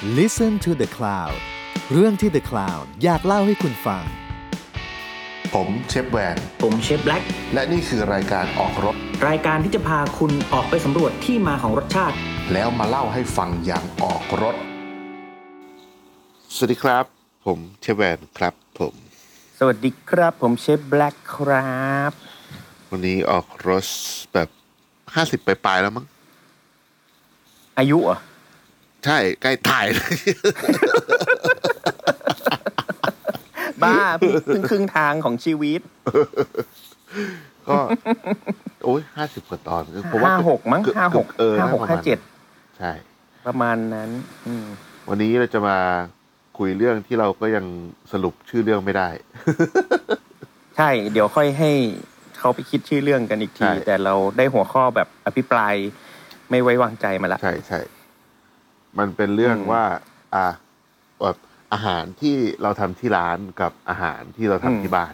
Listen to the Cloud เรื่องที่ The Cloud อยากเล่าให้คุณฟังผมเชฟแวนผมเชฟแบล็กและนี่คือรายการออกรถรายการที่จะพาคุณออกไปสำรวจที่มาของรสชาติแล้วมาเล่าให้ฟังอย่างออกรถสวัสดีครับผมเชฟแวนครับผมสวัสดีครับผมเชฟแบล็กครับวันนี้ออกรถแบบ50ปลายๆแล้วมั้งอายุอ่ะใช่ใกล้ถ่ายบ้าเพิ่งครึ่งทางของชีวิตก็โอ้ย50กว่าตอนผมว่า56มั้ง56 57 ใช่ประมาณนั้นวันนี้เราจะมาคุยเรื่องที่เราก็ยังสรุปชื่อเรื่องไม่ได้ใช่เดี๋ยวค่อยให้เขาไปคิดชื่อเรื่องกันอีกทีแต่เราได้หัวข้อแบบอภิปรายไม่ไว้วางใจมาละใช่มันเป็นเรื่องว่าแบบอาหารที่เราทำที่ร้านกับอาหารที่เราทำที่บ้าน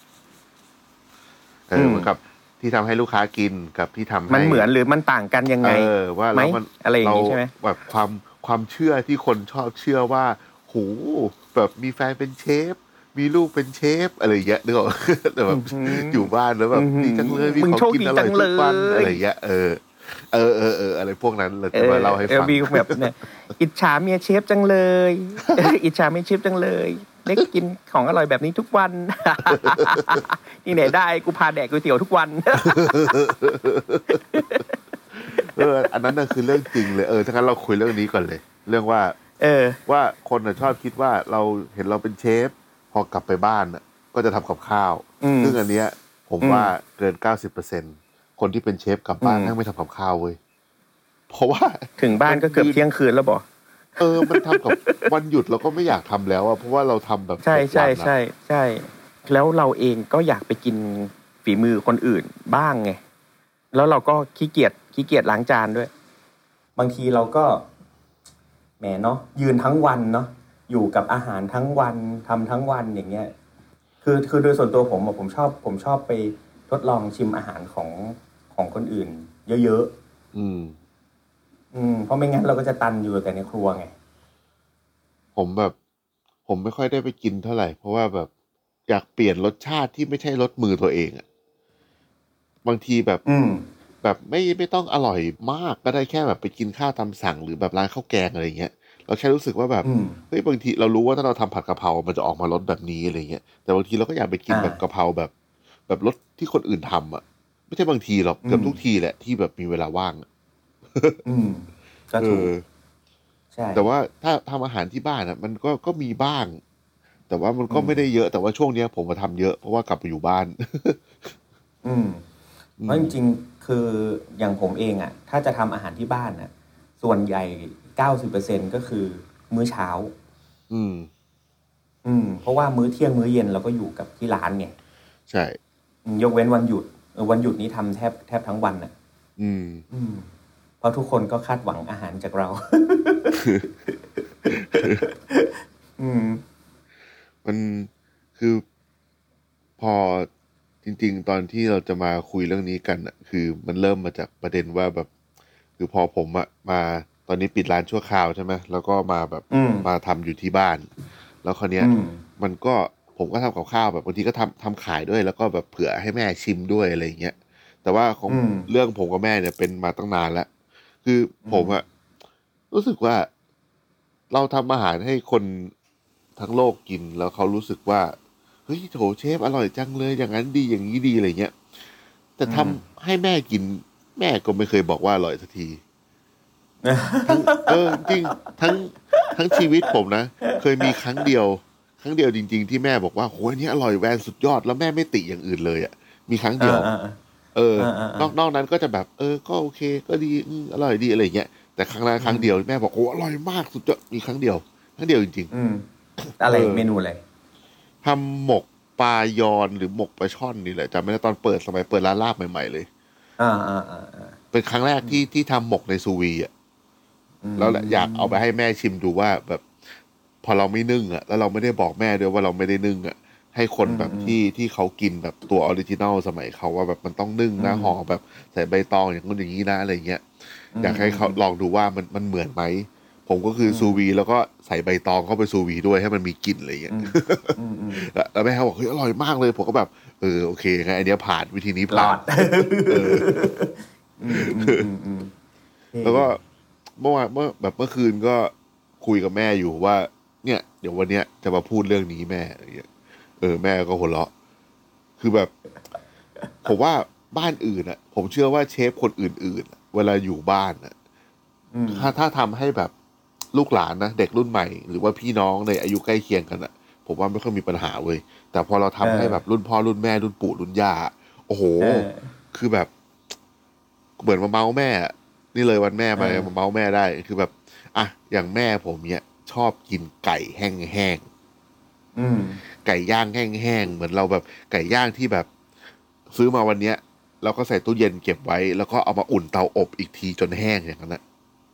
เหมือนกับที่ทำให้ลูกค้ากินกับที่ทำให้มันเหมือนหรือมันต่างกันยังไงว่าแล้วมันอะไรอย่างนี้ใช่ไหมแบบความเชื่อที่คนชอบเชื่อว่าโหแบบมีแฟนเป็นเชฟมีลูกเป็นเชฟอะไรเงี้ยนึกออกแต่แบบอยู่บ้านแล้วแบบดีจังเลยมีของกินอร่อยทุกวันอะไรเงี้ยอะไรพวกนั้นเราจะมาเล่าให้ฟังมีแบบเนี่ยอิจฉาเมียเชฟจังเลยอิจฉาเมียเชฟจังเลยได้กินของอร่อยแบบนี้ทุกวันนี่ไหนได้กูพาแดกก๋วยเตี๋ยวทุกวันอันนั้นน่ะคือเรื่องจริงเลยถ้างั้นเราคุยเรื่องนี้ก่อนเลยเรื่องว่าว่าคนน่ะชอบคิดว่าเราเห็นเราเป็นเชฟพอกลับไปบ้านน่ะก็จะทำกับข้าวซึ่งอันเนี้ยผมว่าเกิน 90%คนที่เป็นเชฟกลับบ้านนั่งไม่ทำกับข้าวเว้ยเพราะว่าถึงบ้านก็เกือบเที่ยงคืนแล้วบ่มันทำกับวันหยุดเราก็ไม่อยากทำแล้วเพราะว่าเราทำแบบใช่แล้วเราเองก็อยากไปกินฝีมือคนอื่นบ้างไงแล้วเราก็ขี้เกียจล้างจานด้วยบางทีเราก็แหมเนาะยืนทั้งวันเนาะอยู่กับอาหารทั้งวันทำทั้งวันอย่างเงี้ยคือโดยส่วนตัวผมชอบไปทดลองชิมอาหารของคนอื่นเยอะเพราะไม่งั้นเราก็จะตันอยู่แต่ในครัวไงผมไม่ค่อยได้ไปกินเท่าไหร่เพราะว่าแบบอยากเปลี่ยนรสชาติที่ไม่ใช่รสมือตัวเองอ่ะบางทีแบบไม่ต้องอร่อยมากก็ได้แค่แบบไปกินข้าวตามสั่งหรือแบบร้านข้าวแกงอะไรเงี้ยเราแค่รู้สึกว่าแบบเฮ้ยบางทีเรารู้ว่าถ้าเราทำผัดกะเพรามันจะออกมารสแบบนี้อะไรเงี้ยแต่บางทีเราก็อยากไปกินแบบกะเพราแบบรสที่คนอื่นทำอ่ะไม่ใช่บางทีหรอกเกือบทุกทีแหละที่แบบมีเวลาว่างก็ถูกใช่แต่ว่าถ้าทำอาหารที่บ้านอ่ะมันก็มีบ้างแต่ว่ามันก็ไม่ได้เยอะแต่ว่าช่วงนี้ผมมาทำเยอะเพราะว่ากลับไปอยู่บ้านเพราะจริงๆคืออย่างผมเองอ่ะถ้าจะทำอาหารที่บ้านอ่ะส่วนใหญ่ 90% ก็คือมื้อเช้าเพราะว่ามื้อเที่ยงมื้อเย็นเราก็อยู่กับที่ร้านไงใช่ยกเว้นวันหยุดวันหยุดนี้ทำแทบทั้งวันอ่ะเพราะทุกคนก็คาดหวังอาหารจากเรามันคือพอจริงๆตอนที่เราจะมาคุยเรื่องนี้กันอ่ะคือมันเริ่มมาจากประเด็นว่าแบบคือพอผมมาตอนนี้ปิดร้านชั่วคราวใช่ไหมแล้วก็มาแบบมาทำอยู่ที่บ้านแล้วคราวเนี้ยมันก็ผมก็ทำกับข้าวแบบบางทีก็ทำขายด้วยแล้วก็แบบเผื่อให้แม่ชิมด้วยอะไรอย่างเงี้ยแต่ว่าของเรื่องผมกับแม่เนี่ยเป็นมาตั้งนานแล้วคือผมอะรู้สึกว่าเราทำอาหารให้คนทั้งโลกกินแล้วเขารู้สึกว่าเฮ้ยโถเชฟอร่อยจังเลยอย่างนั้นดีอย่างนี้ดีอะไรเงี้ยแต่ทำให้แม่กินแม่ก็ไม่เคยบอกว่าอร่อยสักทีจริงทั้งชีวิตผมนะเคยมีครั้งเดียวจริงๆที่แม่บอกว่าโหอันนี้อร่อยแวนสุดยอดแล้วแม่ไม่ติอย่างอื่นเลยอ่ะมีครั้งเดียวนอกนั้นก็จะแบบก็โอเคก็ดีอร่อยดีอะไรเงี้ยแต่ครั้งเดียวแม่บอกโอ้อร่อยมากสุดยอดมีครั้งเดียวจริงๆอะไรเมนูอะไรทำหมกปลายอนหรือหมกปลาช่อนนี่แหละจำไม่ได้ตอนสมัยเปิดร้านลาบใหม่ๆเลยเป็นครั้งแรกที่ทำหมกในซูวีอ่ะแล้วอยากเอาไปให้แม่ชิมดูว่าแบบพอเราไม่นึ่งอ่ะแล้วเราไม่ได้บอกแม่ด้วยว่าเราไม่ได้นึ่งอ่ะให้คนแบบที่เขากินแบบตัวออริจินอลสมัยเขาว่าแบบมันต้องนึ่งนะห่อแบบใส่ใบตองอย่างนู้นอย่างนี้นะอะไรเงี้ยอยากให้เขาลองดูว่ามันเหมือนไหมผมก็คือซูวีแล้วก็ใส่ใบตองเข้าไปซูวีด้วยให้มันมีกลิ่นอะไรอย่างเงี้ยแล้วแม่เขาบอกเฮ้ยอร่อยมากเลยผมก็แบบโอเคงั้นไอเนี้ยผ่านวิธีนี้หลผ่าอน ดแล้วก็เมื่อวานเมื่อคืนก็คุยกับแม่อยู่ว่า เนี่ยเดี๋ยววันเนี้ยจะมาพูดเรื่องนี้แม่อะไรเงี้ยแม่ก็หัวเราะคือแบบ ผมว่าบ้านอื่นอ่ะผมเชื่อว่าเชฟคนอื่นๆเวลาอยู่บ้านอ่ะถ้าทำให้แบบลูกหลานนะเด็กรุ่นใหม่หรือว่าพี่น้องในอายุใกล้เคียงกันอ่ะผมว่าไม่ค่อยมีปัญหาเว้ยแต่พอเราทำให้แบบรุ่นพ่อรุ่นแม่รุ่นปู่รุ่นย่าโอ้โหคือแบบเหมือนมาเมาแม่นี่เลยวันแม่มาเมาแม่ได้คือแบบอ่ะอย่างแม่ผมเนี่ยชอบกินไก่แห้งๆไก่ย่างแห้งๆเหมือนเราแบบไก่ย่างที่แบบซื้อมาวันเนี้ยแล้วก็ใส่ตู้เย็นเก็บไว้แล้วก็เอามาอุ่นเตาอบอีกทีจนแห้งอย่างนั้นนะ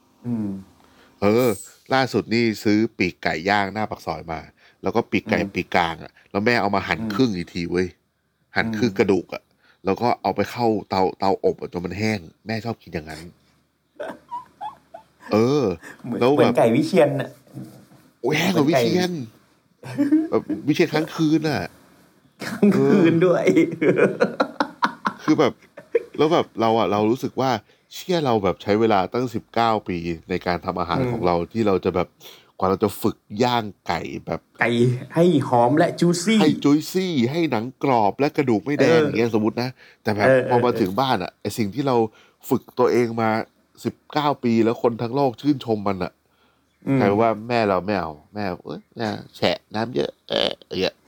ล่าสุดนี่ซื้อปีกไก่ย่างหน้าปากซอยมาแล้วก็ปีกไก่ปีกกลางอ่ะแล้วแม่เอามาหั่นครึ่งอีกทีเว้ยหั่นครึ่งกระดูกอ่ะแล้วก็เอาไปเข้าเตาอบจนมันแห้งแม่ชอบกินอย่างนั้นแล้วแบบไก่วิเชียรน่ะโอ้ยแห้งกว่าวิเชียรแบบวิเชียรค้างคืนอ่ะค้างคืนด้วยคือแบบแล้วแบบเรารู้สึกว่าเชื่อเราแบบใช้เวลาตั้ง19 ปีในการทำอาหารของเราที่เราจะแบบกว่าเราจะฝึกย่างไก่แบบไก่ให้หอมและจูซี่ให้จุยซี่ให้หนังกรอบและกระดูกไม่แดงอย่างเงี้ยสมมตินะแต่แบบพอมาถึงบ้านอ่ะไอสิ่งที่เราฝึกตัวเองมา19 ปีแล้วคนทั้งโลกชื่นชมมันอ่ะกลายว่าแม่เราไม่เอาแม่แฉะน้ำเยอะเยอะ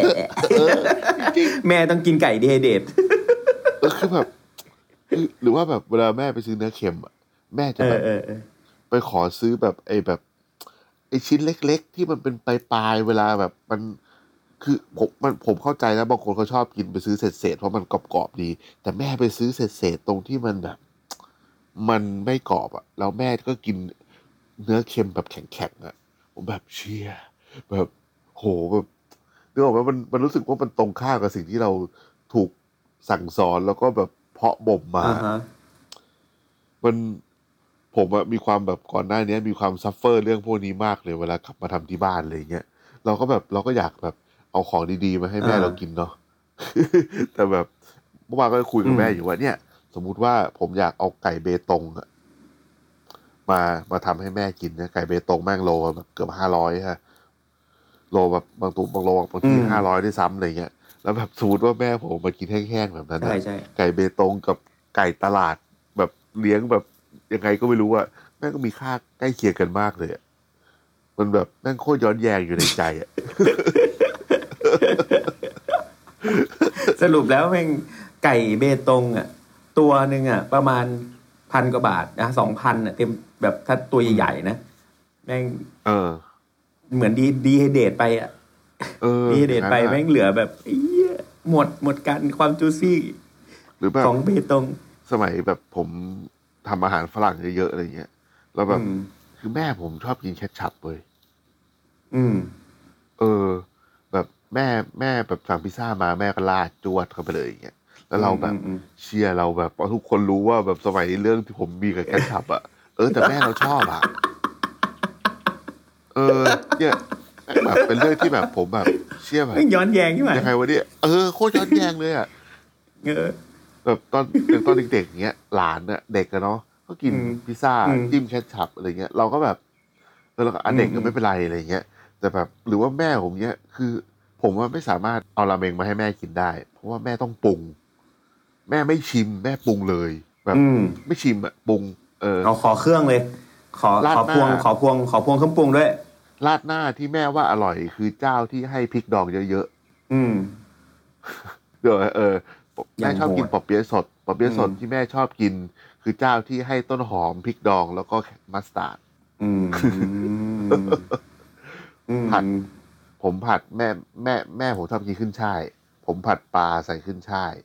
แม่ต้องกินไก่ดีไฮเดรตคือแบบหรือว่าแบบเวลาแม่ไปซื้อเนื้อเค็มอ่ะแม่จะแบบไปขอซื้อแบบไอ้ชิ้นเล็กๆที่มันเป็นปลายๆเวลาแบบมันคือผมเข้าใจนะบางคนเขาชอบกินไปซื้อเศษเพราะมันกรอบๆดีแต่แม่ไปซื้อเศษตรงที่มันแบบมันไม่กรอบอ่ะแล้วแม่ก็กินเนื้อเค็มแบบแข็งๆอ่ะผมแบบเชี่ยแบบโหแบบนึกออกไหมมันรู้สึกว่ามันตรงข้ามกับสิ่งที่เราถูกสั่งสอนแล้วก็แบบเพาะบ่มมามันผมอะมีความแบบก่อนหน้านี้มีความซัฟเฟอร์เรื่องพวกนี้มากเลยเวลากลับมาทำที่บ้านอะไรเงี้ยเราก็อยากแบบเอาของดีๆมาให้แม่เรากินเนาะแต่แบบเมื่อวานก็คุยกับแม่อยู่ว่าเนี่ยสมมุติว่าผมอยากเอาไก่เบตงอะมาทำให้แม่กินนะไก่เบตงแม่งโลแบบเกือบ500ฮะโลแบบบางโลบางที500ด้วยซ้ำอะไรเงี้ยแล้วแบบสมมติว่าแม่ผมมากินแห้งๆแบบนั้นนะไก่เบตงกับไก่ตลาดแบบเลี้ยงแบบยังไงก็ไม่รู้อะแม่งก็มีค่าใกล้เคียงกันมากเลยมันแบบแม่งโคตรย้อนแยงอยู่ในใจอะสรุปแล้วแม่งไก่เบตงอ่ะตัวหนึ่งอ่ะประมาณ1,000 กว่าบาทนะ2,000อ่ะเต็มแบบถ้าตัวใหญ่ๆนะแม่งเหมือนดีไฮเดรตไปอ่ะดีไฮเดรตไปแม่งเหลือแบบหมดกันความจูซี่หรือแบบของเบตงสมัยแบบผมทำอาหารฝรั่งเยอะๆอะไรเงี้ยแล้วแบบคือแม่ผมชอบกินเคชัพเลยแบบแม่แบบสั่งพิซซ่ามาแม่ก็ราดจวดเข้าไปเลยอย่างเงี้ยแล้วเราแบบเชียร์เราแบบทุกคนรู้ว่าแบบสมัยนี้เรื่องที่ผมมีกับเคชัพอ่ะแต่แม่เราชอบอ่ะเนี่ยแบบเป็นเรื่องที่แบบผมแบบเชื่อแบบย้อนแย้งใช่ไหมยังไงวะเนี่ยโคตรย้อนแย้งเลยอ่ะแบบตอนเด็กๆเงี้ยหลานเนี่ยเด็กกันเนาะก็กินพิซซ่าจิ้มเคชัพอะไรเงี้ยเราก็แบบเราก็เด็กก็ไม่เป็นไรอะไรเงี้ยแต่แบบหรือว่าแม่ผมเนี้ยคือผมว่าไม่สามารถเอาราเมงมาให้แม่กินได้เพราะว่าแม่ต้องปรุงแม่ไม่ชิมแม่ปรุงเลยแบบไม่ชิมอ่ะปรุงเอาขอเครื่องเลยขอพวงเครื่องปรุงด้วยราดหน้าที่แม่ว่าอร่อยคือเจ้าที่ให้พริกดองเยอะๆเดี๋ยวแม่ชอบกินปอเปี๊ยะสดที่แม่ชอบกินคือเจ้าที่ให้ต้นหอมพริกดองแล้วก็มัสตาร์ดผัดแม่ผมชอบกินขึ้นช่ายผมผัดปลาใส่ขึ้นช่าย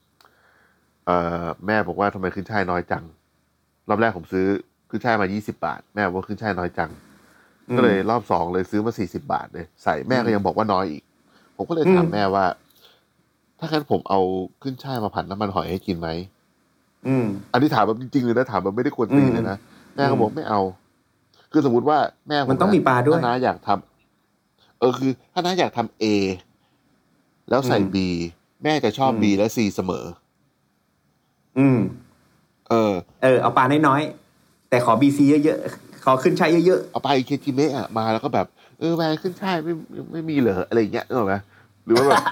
แม่บอกว่าทำไมขึ้นช่ายน้อยจังรอบแรกผมซื้อขึ้นช่ายมา20 บาทแม่บอกว่าขึ้นช่ายน้อยจังก็เลยรอบ2เลยซื้อมา40 บาทเลยใส่แม่ก็ยังบอกว่าน้อยอีกผมก็เลยถามแม่ว่าถ้างั้นผมเอาขึ้นช่ายมาผัดน้ำมันหอยให้กินไหมอันนี้ถามแบบจริงๆเลยนะถามแบบไม่ได้กวนตีนเลยนะแม่ก็บอกไม่เอาคือสมมติว่าแม่ผมมันต้องมีปลาด้วยถ้าน้าอยากทำคือถ้าน้าอยากทำ A แล้วใส่ B แม่จะชอบ B และ C เสมอเอาปลาน้อยๆแต่ขอ BC เยอะๆขอขึ้นช่ายเยอะเอาไปเคจิเมะอะมาแล้วก็แบบแม่ขึ้นช่ายไม่มีเหรออะไรอย่างเงี้ยนึกออกไหมหรือว่าแบบ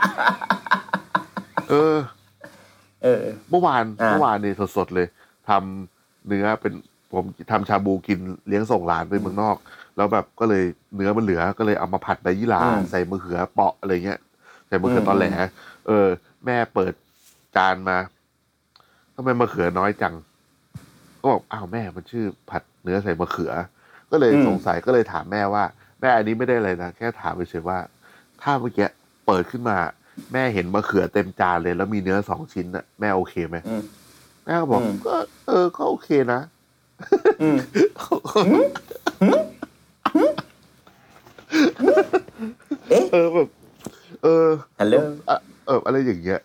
เมื่อวานเนี่ยสดๆเลยทำเนื้อเป็นผมทำชาบูกินเลี้ยงส่งหลานไปเมืองนอก แล้วแบบก็เลยเนื้อมันเหลือก็เลยเอามาผัดใบยี่หร่าใส่มะเขือเปาะอะไรเงี้ยใส่มะเขือตอนแหลแม่เปิดจานมาทำไมมะเขือน้อยจังก็บอกอ้าวแม่มันชื่อผัดเนื้อใส่มะเขือก็เลยสงสัยก็เลยถามแม่ว่าแม่อันนี้ไม่ได้อะไรนะแค่ถามเฉยๆว่าถ้าเมื่อกี้เปิดขึ้นมาแม่เห็นมะเขือเต็มจานเลยแล้วมีเนื้อ2 ชิ้นน่ะแม่โอเคไหมแม่ก็บอกก็ก็โอเคนะแบบฮัลโหลอะไรอย่างเงี้ย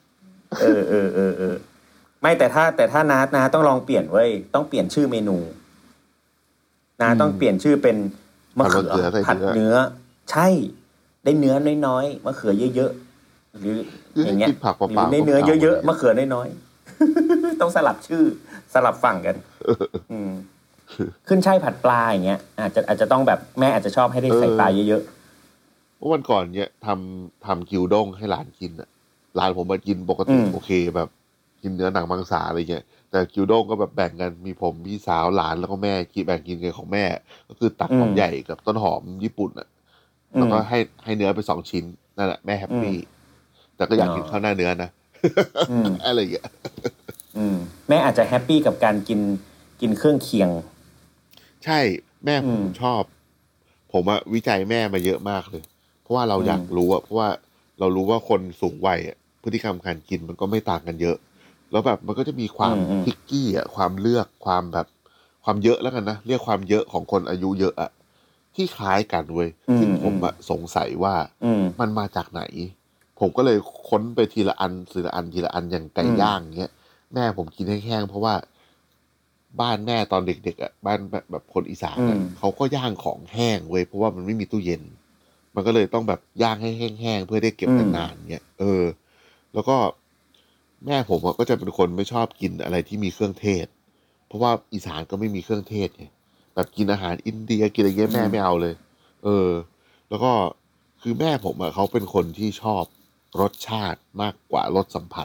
ไม่แต่ถ้านาต้องลองเปลี่ยนเว้ยต้องเปลี่ยนชื่อเมนูนาต้องเปลี่ยนชื่อเป็นมะเขือผัดเนื้อใช่ได้เนื้อน้อยๆมะเขือเยอะๆหรืออย่างเงี้ยหรือได้เนื้อเยอะๆมะเขือน้อยๆต้องสลับชื่อสลับฝั่งกันขึ้นช่ายผัดปลาอย่างเงี้ยอาจจะต้องแบบแม่อาจจะชอบให้ได้ใส่ปลาเยอะๆวันก่อนเนี้ยทำกิวด้งให้หลานกินอ่ะหลานผมมากินปกติโอเคแบบกินเนื้อหนังมังสาอะไรเงี้ยแต่กิวด้งก็แบบแบ่งกันมีผมพี่สาวหลานแล้วก็แม่แบ่งกินกันของแม่ก็คือตัดหอมใหญ่กับต้นหอมญี่ปุ่นอ่ะแล้วก็ให้เนื้อไป2 ชิ้นนั่นแหละแม่แฮปปี้แต่ก็อยากกินข้าวหน้าเนื้อนะอะไรอย่างเงี้ยแม่อาจจะแฮปปี้กับการกินเครื่องเคียงใช่แม่ผมชอบผมวิจัยแม่มาเยอะมากเลยเพราะว่าเราอยากรู้เพราะว่าเรารู้ว่าคนสูงวัยพฤติกรรมการกินมันก็ไม่ต่างกันเยอะแล้วแบบมันก็จะมีความพิกกี้ความเลือกความแบบความเยอะแล้วกันนะเรียกความเยอะของคนอายุเยอะที่คล้ายกันเว้ยซึ่งผมสงสัยว่ามันมาจากไหนผมก็เลยค้นไปทีละอันทีละอันอย่างไก่ย่างเงี้ยแม่ผมกินแห้งๆเพราะว่าบ้านแม่ตอนเด็กๆบ้านแบบคนอีสานเขาก็ย่างของแห้งเว้ยเพราะว่ามันไม่มีตู้เย็นมันก็เลยต้องแบบย่างให้แห้งๆเพื่อได้เก็บนานๆเงี้ยแล้วก็แม่ผมก็จะเป็นคนไม่ชอบกินอะไรที่มีเครื่องเทศเพราะว่าอีสานก็ไม่มีเครื่องเทศไงแบบกินอาหารอินเดียกินอะไรเงี้ยแม่ไม่เอาเลยแล้วก็คือแม่ผมเขาเป็นคนที่ชอบรสชาติมากกว่ารสสัมผัส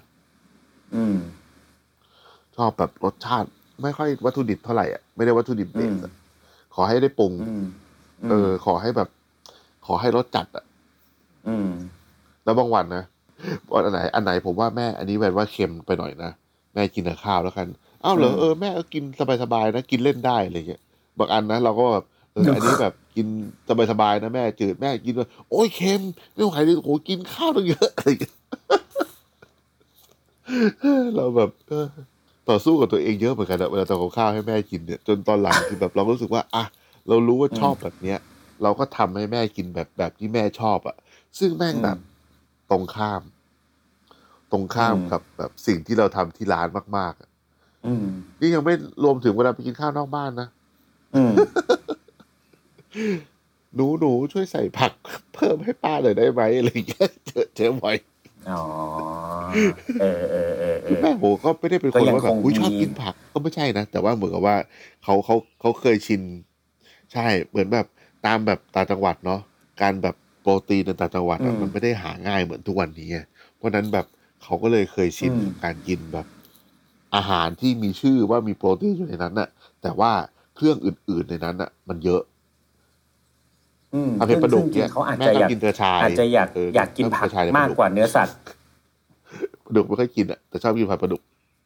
ชอบแบบรสชาติไม่ค่อยวัตถุดิบเท่าไหร่ไม่ได้วัตถุดิบเบสขอให้ได้ปรุงขอให้แบบขอให้รสจัดแล้วบางวันนะอันไหนผมว่าแม่อันนี้แปลว่าเค็มไปหน่อยนะแม่กินกับข้าวแล้วกันอ้าวเหรอแม่ก็กินสบายๆนะกินเล่นได้อะไรเงี้ยบางอันนะเราก็แบบอันนี้แบบกินสบายๆนะแม่จืดแม่กินว่าโอ้ยเค็มไม่ไหวเลยโอ้กินข้าวตั้งเยอะอะไรเงี้ยเราแบบต่อสู้กับตัวเองเยอะเหมือนกันนะเวลาทำกับข้าวให้แม่กินเนี่ยจนตอนหลังคือแบบเรารู้สึกว่าเรารู้ว่าชอบแบบเนี้ยเราก็ทำให้แม่กินแบบที่แม่ชอบซึ่งแม่งแบบตรงข้ามกับแบบสิ่งที่เราทำที่ร้านมากๆนี่ยังไม่รวมถึงเวลาไปกินข้าวนอกบ้านนะหนูช่วยใส่ผักเพิ่มให้ป้าหน่อยได้ไหมอะไรอย่างเงี้ยเจอบ่อยแม่โหก็ไม่ได้เป็นคนว่าแบบชอบกินผักก็ไม่ใช่นะแต่ว่าเหมือนกับว่าเขาเคยชินใช่เหมือนแบบตามแบบต่างจังหวัดเนาะการแบบโปรตีนในต่างจังหวัดมันไม่ได้หาง่ายเหมือนทุกวันนี้เพราะนั้นแบบเขาก็เลยเคยชินการกินแบบอาหารที่มีชื่อว่ามีโปรตีนอยู่ในนั้นน่ะแต่ว่าเครื่องอื่นๆในนั้นน่ะมันเยอะเป็นปลาดุกเนี่ยแม่ต้องกินกระชายอาจจะอยากกินผักมากกว่าเนื้อสัตว์ปลาดุกไม่ค่อยกินแต่ชอบกินผัดปลาดุก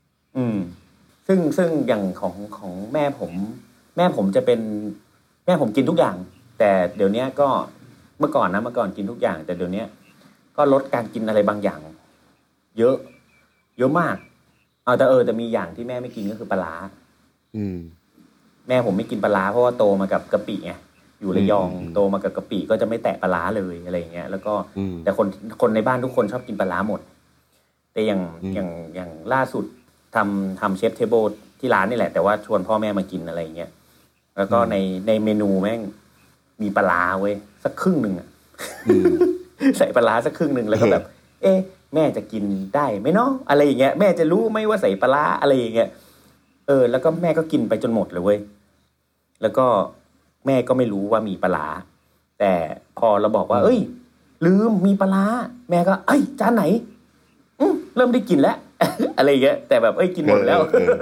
ซึ่งอย่างของแม่ผมจะเป็นแม่ผมกินทุกอย่างแต่เดี๋ยวนี้ก็เมื่อก่อนกินทุกอย่างแต่เดี๋ยวนี้ก็ลดการกินอะไรบางอย่างเยอะมากแต่มีอย่างที่แม่ไม่กินก็คือปลาร้าแม่ผมไม่กินปลาร้าเพราะว่าโตมากับกะปิไงอยู่ระยองโตมากับกะปิก็จะไม่แตะปลาร้าเลยอะไรอย่างเงี้ยแล้วก็แต่คนในบ้านทุกคนชอบกินปลาร้าหมดแต่อย่างล่าสุดทำเชฟเทเบิลที่ร้านนี่แหละแต่ว่าชวนพ่อแม่มากินอะไรอย่างเงี้ยแล้วก็ในเมนูแม่งมีปลาร้าเว้ยสักครึ่งนึงอ่ะใส่ปลาร้าสักครึ่งนึงแล้วก็แบบเอ๊ะแม่จะกินได้ไหมเนาะอะไรอย่างเงี้ยแม่จะรู้ไหมว่าใส่ปลาร้าอะไรอย่างเงี้ยแล้วก็แม่ก็กินไปจนหมดเลยเว้ยแล้วก็แม่ก็ไม่รู้ว่ามีปลาร้าแต่พอเราบอกว่าเอ้ยลืมมีปลาร้าแม่ก็เอ้ยจานไหนเริ่มได้กินแล้ว อะไรอย่างเงี้ยแต่แบบกินหมดแล้ว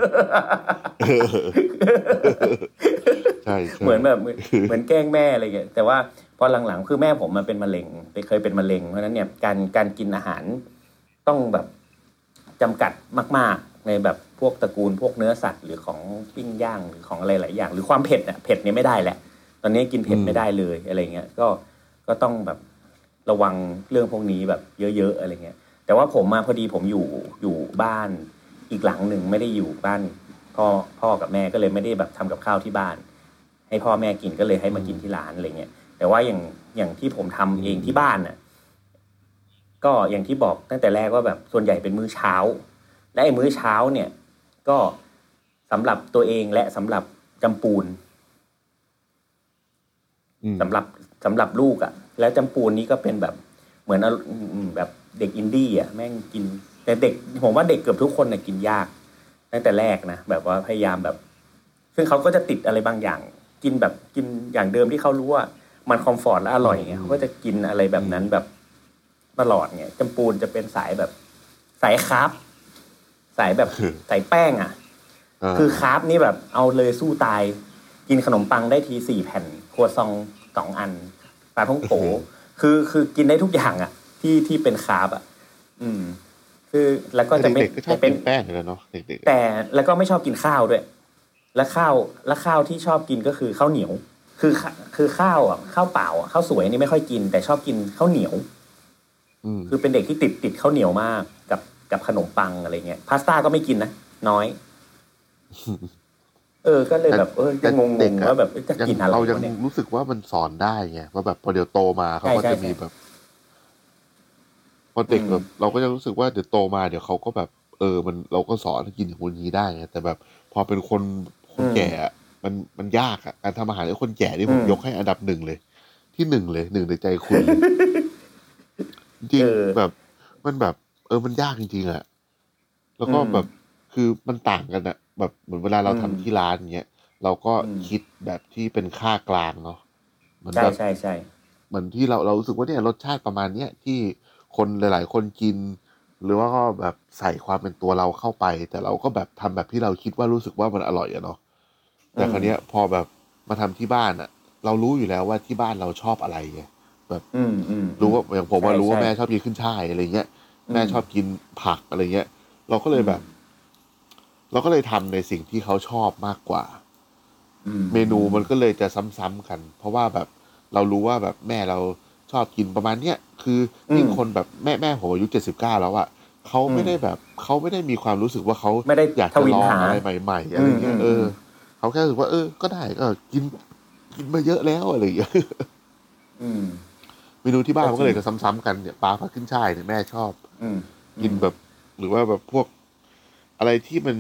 ใช่เหมือนแบบเหมือนแกล้งแม่อะไรเงี้ยแต่ว่าพอหลังๆคือแม่ผมมันเป็นมะเร็งเคยเป็นมะเร็งเพราะฉะนั้นเนี่ยการกินอาหารต้องแบบจำกัดมากๆในแบบพวกตระกูลพวกเนื้อสัตว์หรือของปิ้งย่างหรือของอะไรหลายอย่างหรือความเผ็ดเนี่ยเผ็ดเนี่ยไม่ได้แหละตอนนี้กินเผ็ดไม่ได้เลยอะไรเงี้ยก็ต้องแบบระวังเรื่องพวกนี้แบบเยอะๆอะไรเงี้ยแต่ว่าผมมาพอดีผมอยู่บ้านอีกหลังหนึ่งไม่ได้อยู่บ้านพ่อกับแม่ก็เลยไม่ได้แบบทำกับข้าวที่บ้านให้พ่อแม่กินก็เลยให้มากินที่ร้านอะไรเงี้ยแต่ว่าอย่างที่ผมทำเองที่บ้านน่ะก็อย่างที่บอกตั้งแต่แรกว่าแบบส่วนใหญ่เป็นมื้อเช้าและไอ้มื้อเช้าเนี่ยก็สำหรับตัวเองและสำหรับจำปูนสำหรับลูกอ่ะแล้วจำปูนนี้ก็เป็นแบบเหมือนแบบเด็กอินดี้อ่ะแม่งกินแต่เด็กผมว่าเด็กเกือบทุกคนน่ะกินยากตั้งแต่แรกนะแบบว่าพยายามแบบซึ่งเขาก็จะติดอะไรบางอย่างกินอย่างเดิมที่เขารู้ว่ามันคอมฟอร์ตและอร่อยไงเขาก็จะกินอะไรแบบนั้นแบบตลอดไงจำปูนจะเป็นสายแบบสายคาร์บสายแบบสายแป้งอ่ะคือคาร์บนี่แบบเอาเลยสู้ตายกินขนมปังได้ที4 แผ่นครัวซอง2 อันปลาท่องโกคือกินได้ทุกอย่างอ่ะที่เป็นคาร์บอ่ะคือแล้วก็จะไม่ก็ชอบกินแป้งเลยเนาะเด็กๆแต่แล้วก็ไม่ชอบกินข้าวด้วยแล้วข้าวที่ชอบกินก็คือข้าวเหนียวคือข้าวอ่ะข้าวเปล่าอ่ะข้าวสวยนี่ไม่ค่อยกินแต่ชอบกินข้าวเหนียวคือเป็นเด็กที่ติดข้าวเหนียวมากกับขนมปังอะไรเงี้ยพาสต้าก็ไม่กินนะน้อยก็เลยแบบยังงงๆว่าแบบจะกินอะไรเรายังรู้สึกว่ามันสอนได้ไงว่าแบบพอเดี๋ยวโตมาเขาก็จะมีแบบพอเด็กแบบเราก็จะรู้สึกว่าเดี๋ยวโตมาเดี๋ยวเขาก็แบบมันเราก็สอนให้กินอย่างนี้ได้ไงแต่แบบพอเป็นคนแก่มันยากอ่ะการทำอาหารให้คนแก่นี่ผมยกให้อันดับ1เลยที่1เลย1ในใจคุณจริงแบบมันแบบมันยากจริงๆอ่ะแล้วก็แบบคือมันต่างกันอ่ะแบบเหมือนเวลาเราทำที่ร้านเงี้ยเราก็คิดแบบที่เป็นค่ากลางเนาะใช่เหมือนที่เรารู้สึกว่าเนี่ยรสชาติประมาณเนี้ยที่คนหลายๆคนกินหรือว่าก็แบบใส่ความเป็นตัวเราเข้าไปแต่เราก็แบบทำแบบที่เราคิดว่ารู้สึกว่ามันอร่อยอะเนาะแต่คราวเนี้ยพอแบบมาทำที่บ้านอะเรารู้อยู่แล้วว่าที่บ้านเราชอบอะไรไงแบบรู้ว่าอย่างผมว่ารู้ว่าแม่ชอบกินขึ้นช่ายอะไรเงี้ยแม่ชอบกินผักอะไรเงี้ยเราก็เลยแบบเราก็เลยทำในสิ่งที่เขาชอบมากกว่าเมนูมันก็เลยจะซ้ำๆกันเพราะว่าแบบเรารู้ว่าแบบแม่เราชอบกินประมาณเนี้ยคือยิ่งคนแบบแม่ผมอายุ79แล้วอะเขาไม่ได้มีความรู้สึกว่าเขาอยากจะลองอะไรใหม่ๆอะไรเงี้ยเขาแค่รู้สึกว่าก็ได้ก็กินมาเยอะแล้วอะไรอย่างเงี้ยเมนูที่บ้านมันก็เลยจะซ้ำๆกันเนี่ยปลาผัดขึ้นช่ายเนี่ยแม่ชอบกินแบบหรือว่าแบบพวกอะไรที่มัน